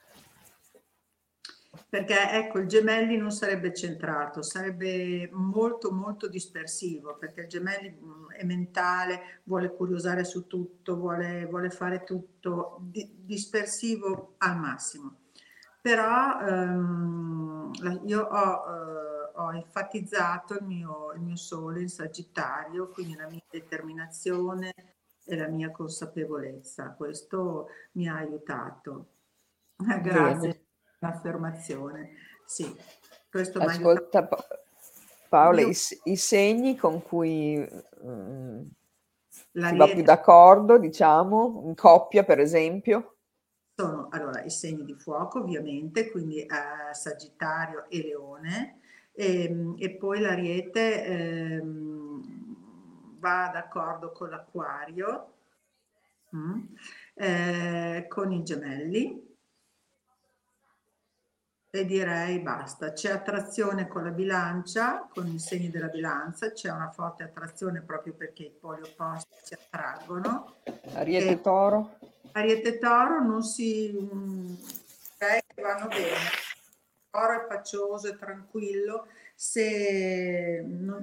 Perché ecco, il gemelli non sarebbe centrato, sarebbe molto molto dispersivo, perché il gemelli è mentale, vuole curiosare su tutto, vuole fare tutto, dispersivo al massimo. Però io ho enfatizzato il mio sole in Sagittario, quindi la mia determinazione e la mia consapevolezza. Questo mi ha aiutato. Grazie, bene. un'affermazione. Sì, questo mi ha aiutato. Ascolta Paola, Io, i segni con cui si va più l'Ariete d'accordo, diciamo, in coppia per esempio. sono allora i segni di fuoco, ovviamente, quindi Sagittario e Leone, e poi l'Ariete va d'accordo con l'Acquario, mm, con i Gemelli. E direi basta. C'è attrazione con la bilancia, con i segni della bilancia, c'è una forte attrazione proprio perché i poli opposti si attraggono. E Ariete Toro, Ariete e Toro non si ok, vanno bene. Toro è pacioso e tranquillo, se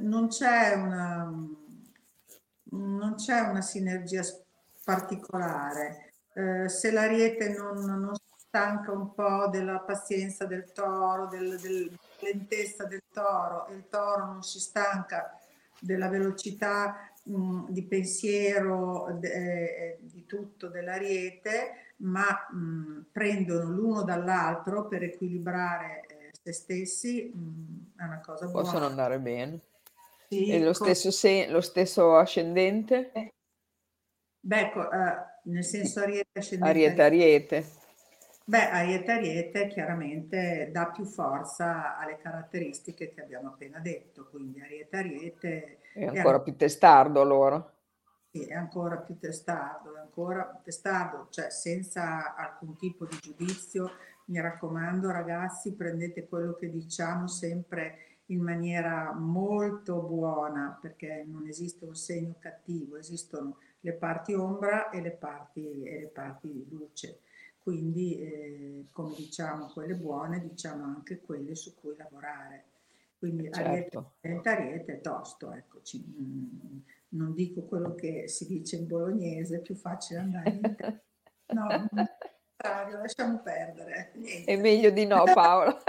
non c'è una sinergia particolare. Se l'Ariete non si stanca un po' della pazienza del Toro, della lentezza del Toro, e il Toro non si stanca della velocità di pensiero di tutto dell'Ariete, ma prendono l'uno dall'altro per equilibrare se stessi, è una cosa possono buona. andare bene. E Sì, lo stesso ascendente? beh, nel senso Ariete ascendente Ariete Ariete. Ariete. Beh, Ariete Ariete chiaramente dà più forza alle caratteristiche che abbiamo appena detto, quindi Ariete Ariete È è ancora più testardo allora. sì, è ancora testardo, cioè senza alcun tipo di giudizio. Mi raccomando, ragazzi, prendete quello che diciamo sempre in maniera molto buona, perché non esiste un segno cattivo, esistono le parti ombra e le parti di luce. Quindi, come diciamo quelle buone, diciamo anche quelle su cui lavorare. Quindi Ariete, Certo. Ariete è tosto, eccoci. Non dico quello che si dice in bolognese, è più facile andare in te. No, lasciamo perdere, È niente. meglio di no, Paola.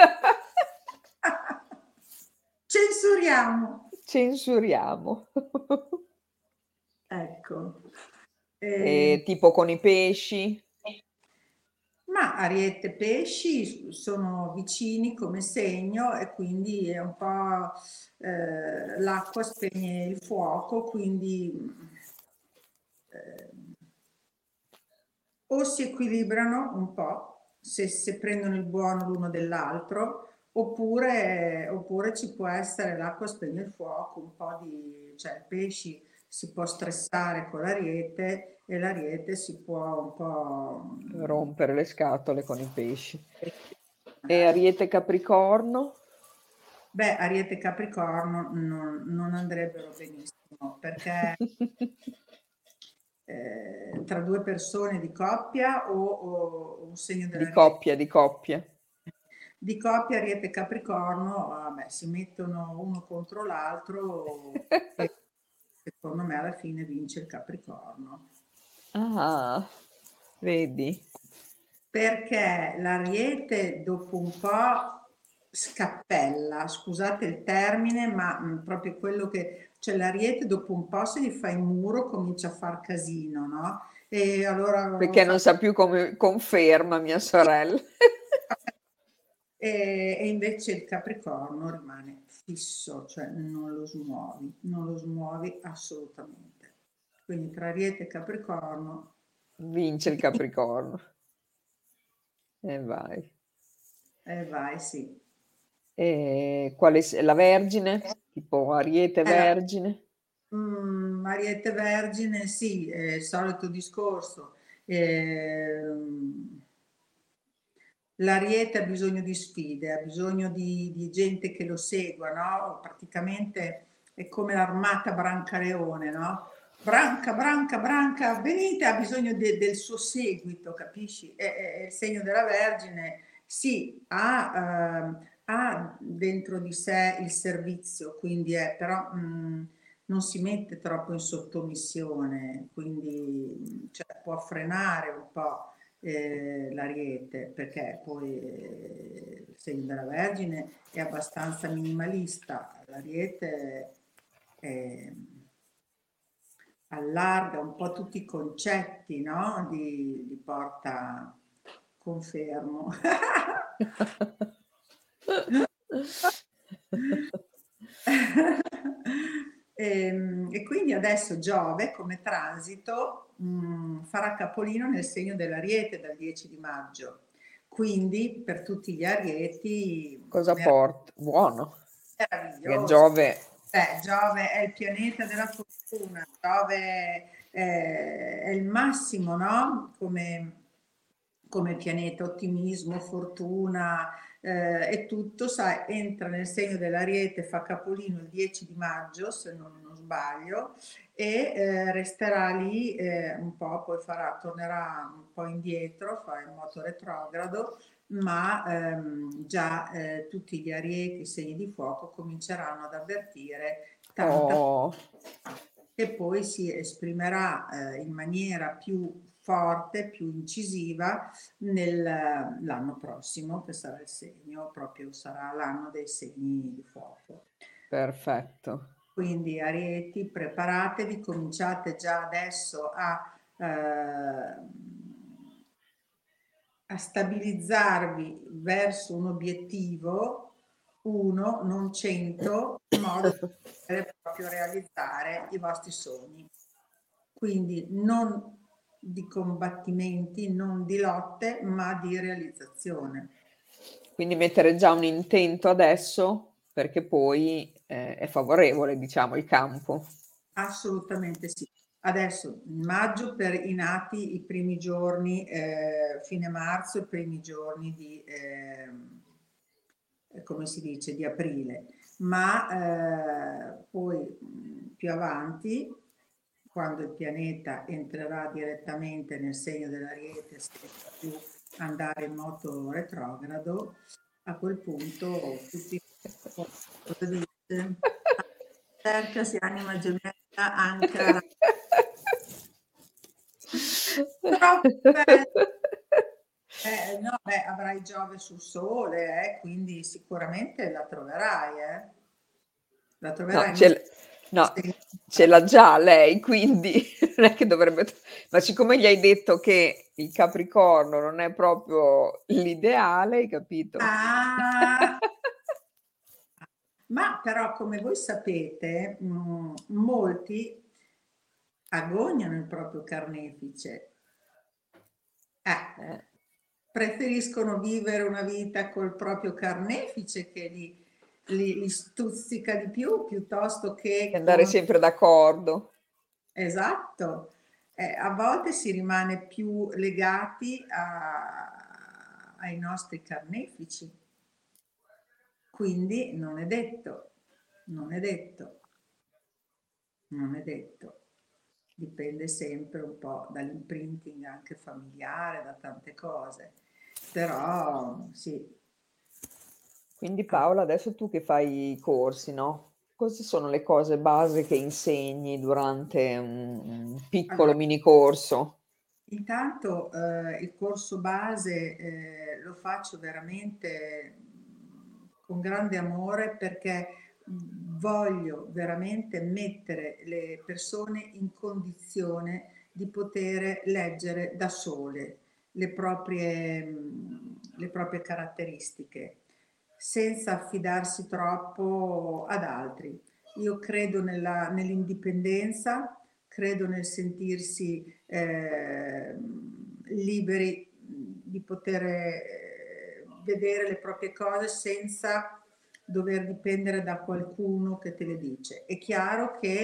Censuriamo. Censuriamo. Ecco. E tipo con i pesci. Ma Ariete e Pesci sono vicini come segno e quindi è un po' l'acqua spegne il fuoco, quindi eh, o si equilibrano un po' se prendono il buono l'uno dell'altro, oppure ci può essere l'acqua spegne il fuoco, un po' di, cioè il pesci si può stressare con l'ariete e l'ariete si può un po'. Rompere le scatole con i pesci. E Magari. Ariete Capricorno? Beh, Ariete e Capricorno non andrebbero benissimo perché tra due persone di coppia o un segno Di dell'Ariete. coppia, di coppia. Di coppia Ariete e Capricorno, vabbè, si mettono uno contro l'altro e secondo me alla fine vince il Capricorno. Ah, vedi? Perché l'Ariete dopo un po' scappella, scusate il termine, ma proprio quello che, cioè l'Ariete dopo un po' se gli fa il muro comincia a far casino, no? E allora Perché non sa più come conferma mia sorella. e invece il Capricorno rimane fisso, cioè non lo smuovi assolutamente. Quindi tra Ariete e Capricorno, Vince il Capricorno. E vai. vai, sì. E la Vergine? Tipo Ariete La, Vergine? Ariete Vergine, sì, il solito discorso. L'Ariete ha bisogno di sfide, ha bisogno di gente che lo segua, no? Praticamente è come l'armata Brancaleone, no? Branca, branca, branca, venite, ha bisogno del suo seguito, capisci? È il segno della Vergine, sì, ha dentro di sé il servizio, quindi però non si mette troppo in sottomissione, quindi cioè, può frenare un po' l'Ariete, perché poi il segno della Vergine è abbastanza minimalista, l'Ariete allarga un po' tutti i concetti, no? Li porta confermo. E quindi adesso Giove come transito farà capolino nel segno dell'Ariete dal 10 di maggio. Quindi per tutti gli Arieti Cosa porta? Buono. Perché meraviglioso. Giove Giove è il pianeta della fortuna, Giove è il massimo, no? Come pianeta, ottimismo, fortuna e tutto, sai, entra nel segno dell'Ariete, fa capolino il 10 di maggio, se non sbaglio, e resterà lì un po', poi tornerà un po' indietro, fa il moto retrogrado, ma già tutti gli Arieti, i segni di fuoco, cominceranno ad avvertire tanta oh, e poi si esprimerà in maniera più forte, più incisiva l'anno prossimo, che sarà il segno, proprio sarà l'anno dei segni di fuoco. perfetto. Quindi Arieti, preparatevi, cominciate già adesso a stabilizzarvi verso un obiettivo, uno, non 100, in modo da poter proprio realizzare i vostri sogni. Quindi non di combattimenti, non di lotte, ma di realizzazione. Quindi mettere già un intento adesso perché poi è favorevole, diciamo, il campo. Assolutamente sì. Adesso, in maggio per i nati, i primi giorni, fine marzo, i primi giorni di, come si dice, di aprile, ma poi più avanti, quando il pianeta entrerà direttamente nel segno dell'Ariete, senza più andare in moto retrogrado, a quel punto tutti cosa dice? Cercasi anima gemella anche troppo bello. No, beh, avrai Giove sul Sole, quindi sicuramente la troverai, eh? La No, troverai, non so no, se ce l'ha già lei, quindi non è che dovrebbe... Ma siccome gli hai detto che il Capricorno non è proprio l'ideale, hai capito? ah, ma però come voi sapete, molti agognano il proprio carnefice. Eh, Preferiscono vivere una vita col proprio carnefice che li stuzzica di più piuttosto che andare con... sempre d'accordo. Esatto, a volte si rimane più legati ai nostri carnefici, quindi non è detto, non è detto, non è detto. Dipende sempre un po' dall'imprinting anche familiare, da tante cose. Però sì, Quindi Paola, adesso tu che fai i corsi, no? Cosa sono le cose base che insegni durante un piccolo allora, mini corso? intanto il corso base lo faccio veramente con grande amore perché voglio veramente mettere le persone in condizione di poter leggere da sole le proprie caratteristiche. senza affidarsi troppo ad altri. Io credo nell'indipendenza, credo nel sentirsi liberi di poter vedere le proprie cose senza dover dipendere da qualcuno che te le dice. È chiaro che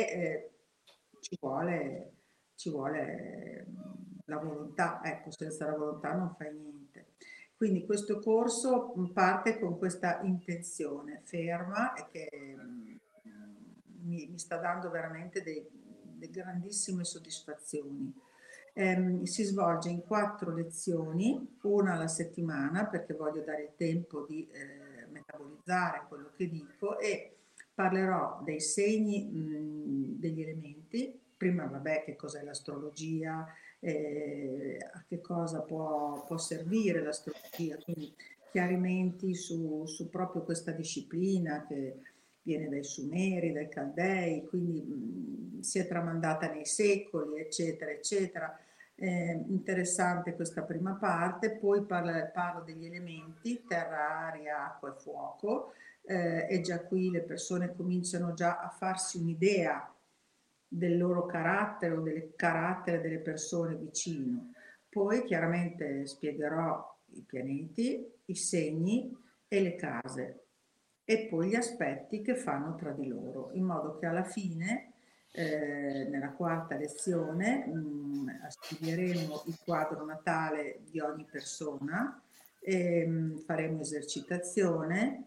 ci vuole la volontà, ecco, senza la volontà non fai niente. Quindi questo corso parte con questa intenzione ferma e che mi sta dando veramente delle grandissime soddisfazioni. Si svolge in 4 lezioni, una alla settimana, perché voglio dare il tempo di metabolizzare quello che dico, e parlerò dei segni degli elementi. Prima, vabbè, che cos'è l'astrologia, a che cosa può servire l'astrologia, quindi chiarimenti su proprio questa disciplina che viene dai Sumeri, dai Caldei, quindi si è tramandata nei secoli, eccetera, eccetera. Interessante questa prima parte, poi parlo degli elementi, terra, aria, acqua e fuoco, e già qui le persone cominciano già a farsi un'idea del loro carattere o del carattere delle persone vicino. Poi chiaramente spiegherò i pianeti, i segni e le case e poi gli aspetti che fanno tra di loro, in modo che alla fine, nella quarta lezione, studieremo il quadro natale di ogni persona, faremo esercitazione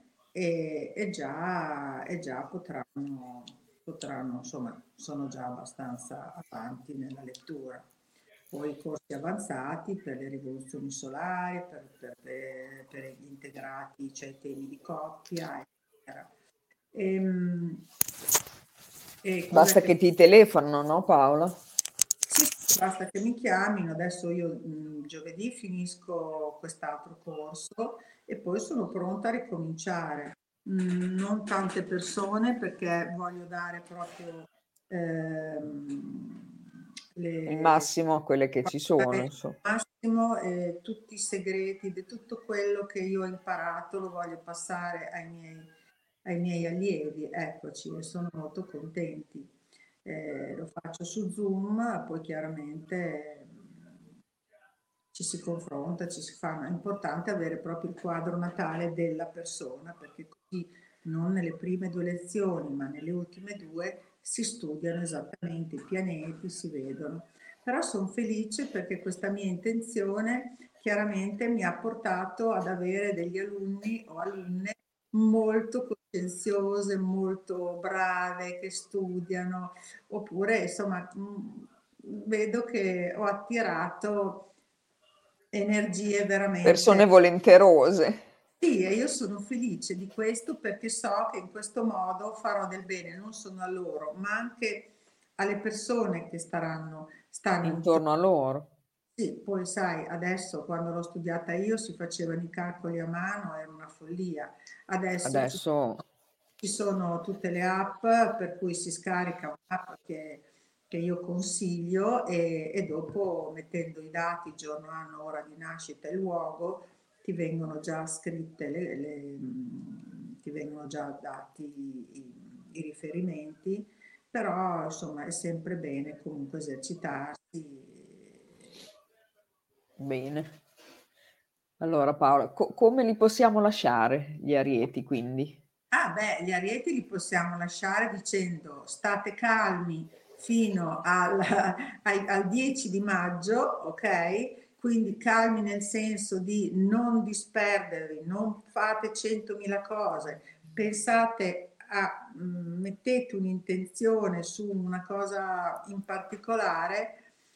e già potranno, insomma, sono già abbastanza avanti nella lettura. Poi corsi avanzati per le rivoluzioni solari, per gli integrati, cioè i temi di coppia, eccetera. E cos'è Basta che... che ti telefonano, no Paola? Sì, sì, basta che mi chiamino. Adesso io giovedì finisco quest'altro corso e poi sono pronta a ricominciare. Non tante persone perché voglio dare proprio Il le massimo a quelle che ci sono, insomma. massimo tutti i segreti di tutto quello che io ho imparato lo voglio passare ai miei allievi. Eccoci, e sono molto contenti. Lo faccio su Zoom, poi chiaramente ci si confronta, ci si fa, ma è importante avere proprio il quadro natale della persona, perché così non nelle prime 2 lezioni, ma nelle ultime 2 si studiano esattamente i pianeti, si vedono. Però sono felice perché questa mia intenzione chiaramente mi ha portato ad avere degli alunni o alunne molto coscienziose, molto brave, che studiano, oppure insomma vedo che ho attirato energie veramente... Persone volenterose. Sì, e io sono felice di questo perché so che in questo modo farò del bene non solo a loro, ma anche alle persone che stanno intorno. Intorno a loro. Sì, poi sai, adesso quando l'ho studiata io si facevano i calcoli a mano, era una follia. Adesso Adesso ci sono tutte le app per cui si scarica un'app che io consiglio e dopo mettendo i dati, giorno, anno, ora di nascita e luogo, ti vengono già scritte, ti vengono già dati i riferimenti, però insomma è sempre bene comunque esercitarsi. bene. Allora Paola, come li possiamo lasciare gli Arieti quindi? Ah beh, gli arieti li possiamo lasciare dicendo state calmi fino al 10 di maggio, ok? Quindi calmi nel senso di non disperdervi, non fate 100.000 cose, pensate mettete un'intenzione su una cosa in particolare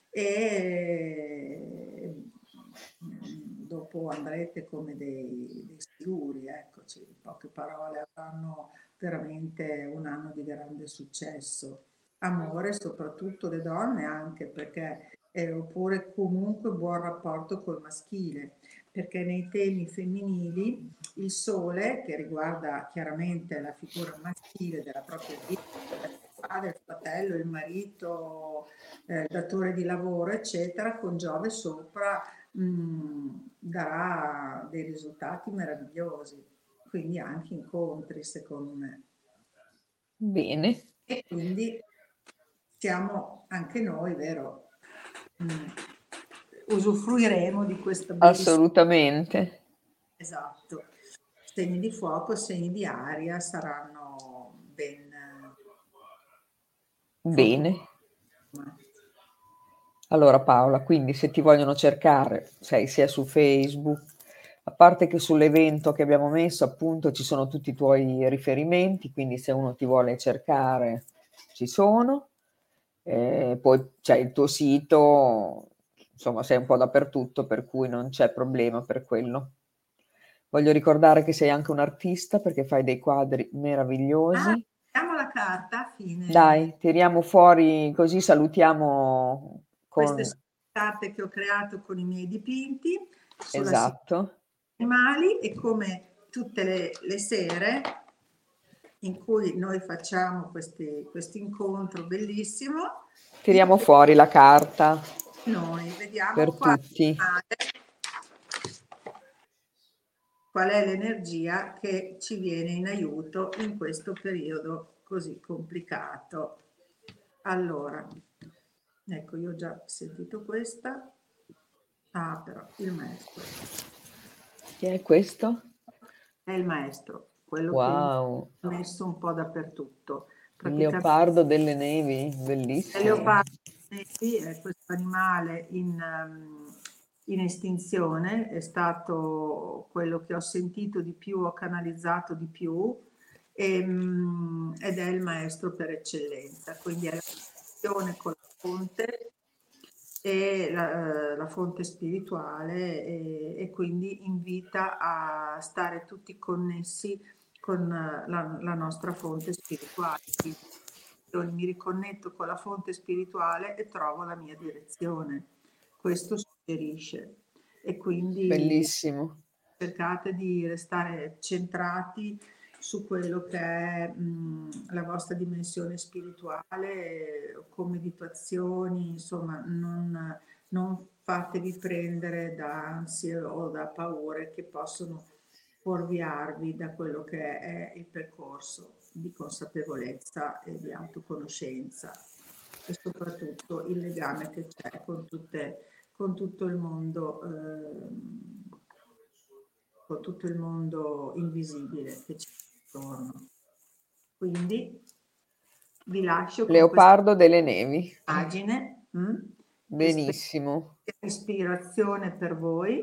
e dopo andrete come dei sicuri, eccoci, in poche parole avranno veramente un anno di grande successo. Amore, soprattutto le donne, anche perché, oppure comunque buon rapporto col maschile, perché nei temi femminili il sole, che riguarda chiaramente la figura maschile della propria vita, del padre, il fratello, il marito, il datore di lavoro, eccetera, con Giove sopra darà dei risultati meravigliosi. quindi anche incontri, secondo me. Bene. E quindi siamo anche noi, vero? Usufruiremo di questa bellissima. Assolutamente. Esatto. Segni di fuoco, segni di aria saranno ben Bene. fortunati. Allora Paola, quindi se ti vogliono cercare, sei sia su Facebook, a parte che sull'evento che abbiamo messo, appunto, ci sono tutti i tuoi riferimenti, quindi se uno ti vuole cercare, ci sono. Poi c'è il tuo sito, insomma, sei un po' dappertutto, per cui non c'è problema per quello. Voglio ricordare che sei anche un artista perché fai dei quadri Ah, meravigliosi. vediamo la carta, fine. Dai, tiriamo fuori così salutiamo Queste con... sono le carte che ho creato con i miei dipinti sulla sicurezza Esatto. degli animali, e come tutte le sere in cui noi facciamo questo incontro bellissimo, Tiriamo fuori la carta noi vediamo per tutti. qual è l'energia che ci viene in aiuto in questo periodo così complicato. Allora, ecco, io ho già sentito questa. Ah, però il maestro. Chi è questo? È il maestro, quello che Wow, ho messo un po' dappertutto. il Praticamente leopardo delle nevi, il bellissimo. leopardo è questo animale in estinzione, è stato quello che ho sentito di più, ho canalizzato di più, ed è il maestro per eccellenza, quindi è la connessione con la fonte e la fonte spirituale, e quindi invita a stare tutti connessi con la nostra fonte spirituale. Quindi mi riconnetto con la fonte spirituale e trovo la mia direzione. Questo suggerisce. E quindi Bellissimo. cercate di restare centrati su quello che è la vostra dimensione spirituale, con meditazioni, insomma, non fatevi prendere da ansie o da paure che possono fuorviarvi da quello che è il percorso di consapevolezza e di autoconoscenza, e soprattutto il legame che c'è con tutto il mondo, con tutto il mondo invisibile che c'è intorno. Quindi vi lascio con questa Leopardo delle nevi. immagine, che spero Benissimo. sia ispirazione per voi.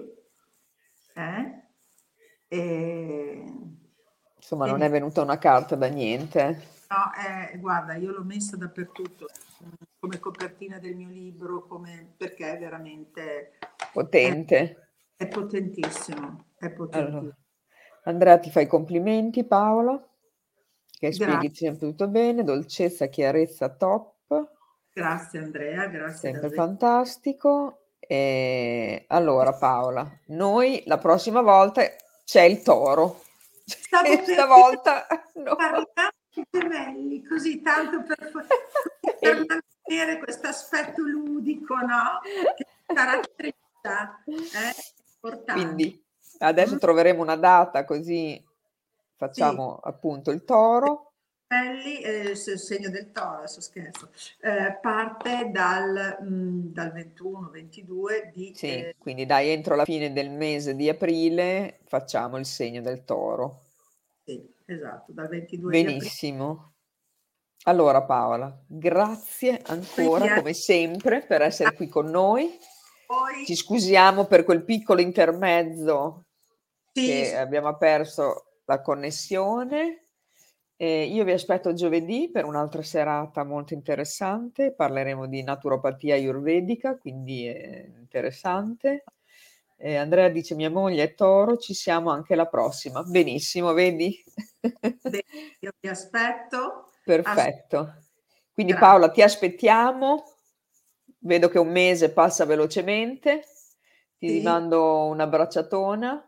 E, Insomma, e non è niente. venuta una carta da niente. No, guarda, io l'ho messa dappertutto, come copertina del mio libro, perché è veramente Potente. è potentissimo, è Allora, potentissimo. Andrea ti fa i complimenti, Paola, che spieghi Grazie, sempre tutto bene, dolcezza, chiarezza top, grazie Andrea, grazie sempre davvero. fantastico. E allora, Paola, noi la prossima volta c'è il toro. Stavo per Stavolta no. parlare di gemelli, così tanto così per mantenere questo aspetto ludico, no? Che caratterizza, è importante. Quindi adesso Mm? troveremo una data così Sì, facciamo appunto il toro. gemelli, il segno del toro, adesso scherzo, parte dal 21-22 di Sì, quindi dai, entro la fine del mese di aprile facciamo il segno del toro. sì, esatto, dal 22 di aprile. Benissimo. Allora Paola, grazie Quindi ancora a come sempre per essere qui con noi. Ci voi, scusiamo per quel piccolo intermezzo sì, che abbiamo perso la connessione. Io vi aspetto giovedì per un'altra serata molto interessante. Parleremo di naturopatia ayurvedica, quindi è interessante. Andrea dice: Mia moglie è toro, ci siamo anche la prossima. Benissimo, vedi? bene, io vi aspetto. Perfetto. Quindi Grazie. Paola, ti aspettiamo. Vedo che un mese passa velocemente. Ti Sì, mando una bracciatona.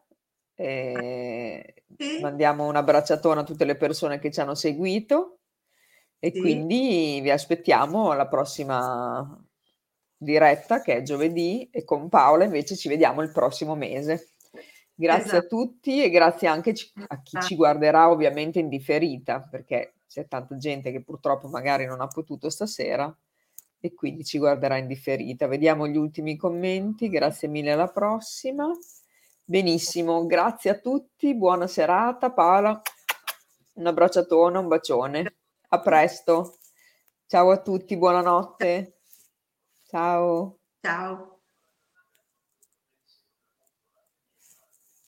E sì, mandiamo una bracciatona a tutte le persone che ci hanno seguito. E sì, quindi vi aspettiamo alla prossima diretta, che è giovedì, e con Paola invece ci vediamo il prossimo mese. Grazie a Esatto. tutti e grazie anche a chi ci guarderà ovviamente in differita, perché c'è tanta gente che purtroppo magari non ha potuto stasera e quindi ci guarderà in differita. Vediamo gli ultimi commenti. Grazie mille, alla prossima. Benissimo, grazie a tutti, buona serata. Paola, un abbracciatone, un bacione. A presto. Ciao a tutti, buonanotte. Ciao. Ciao.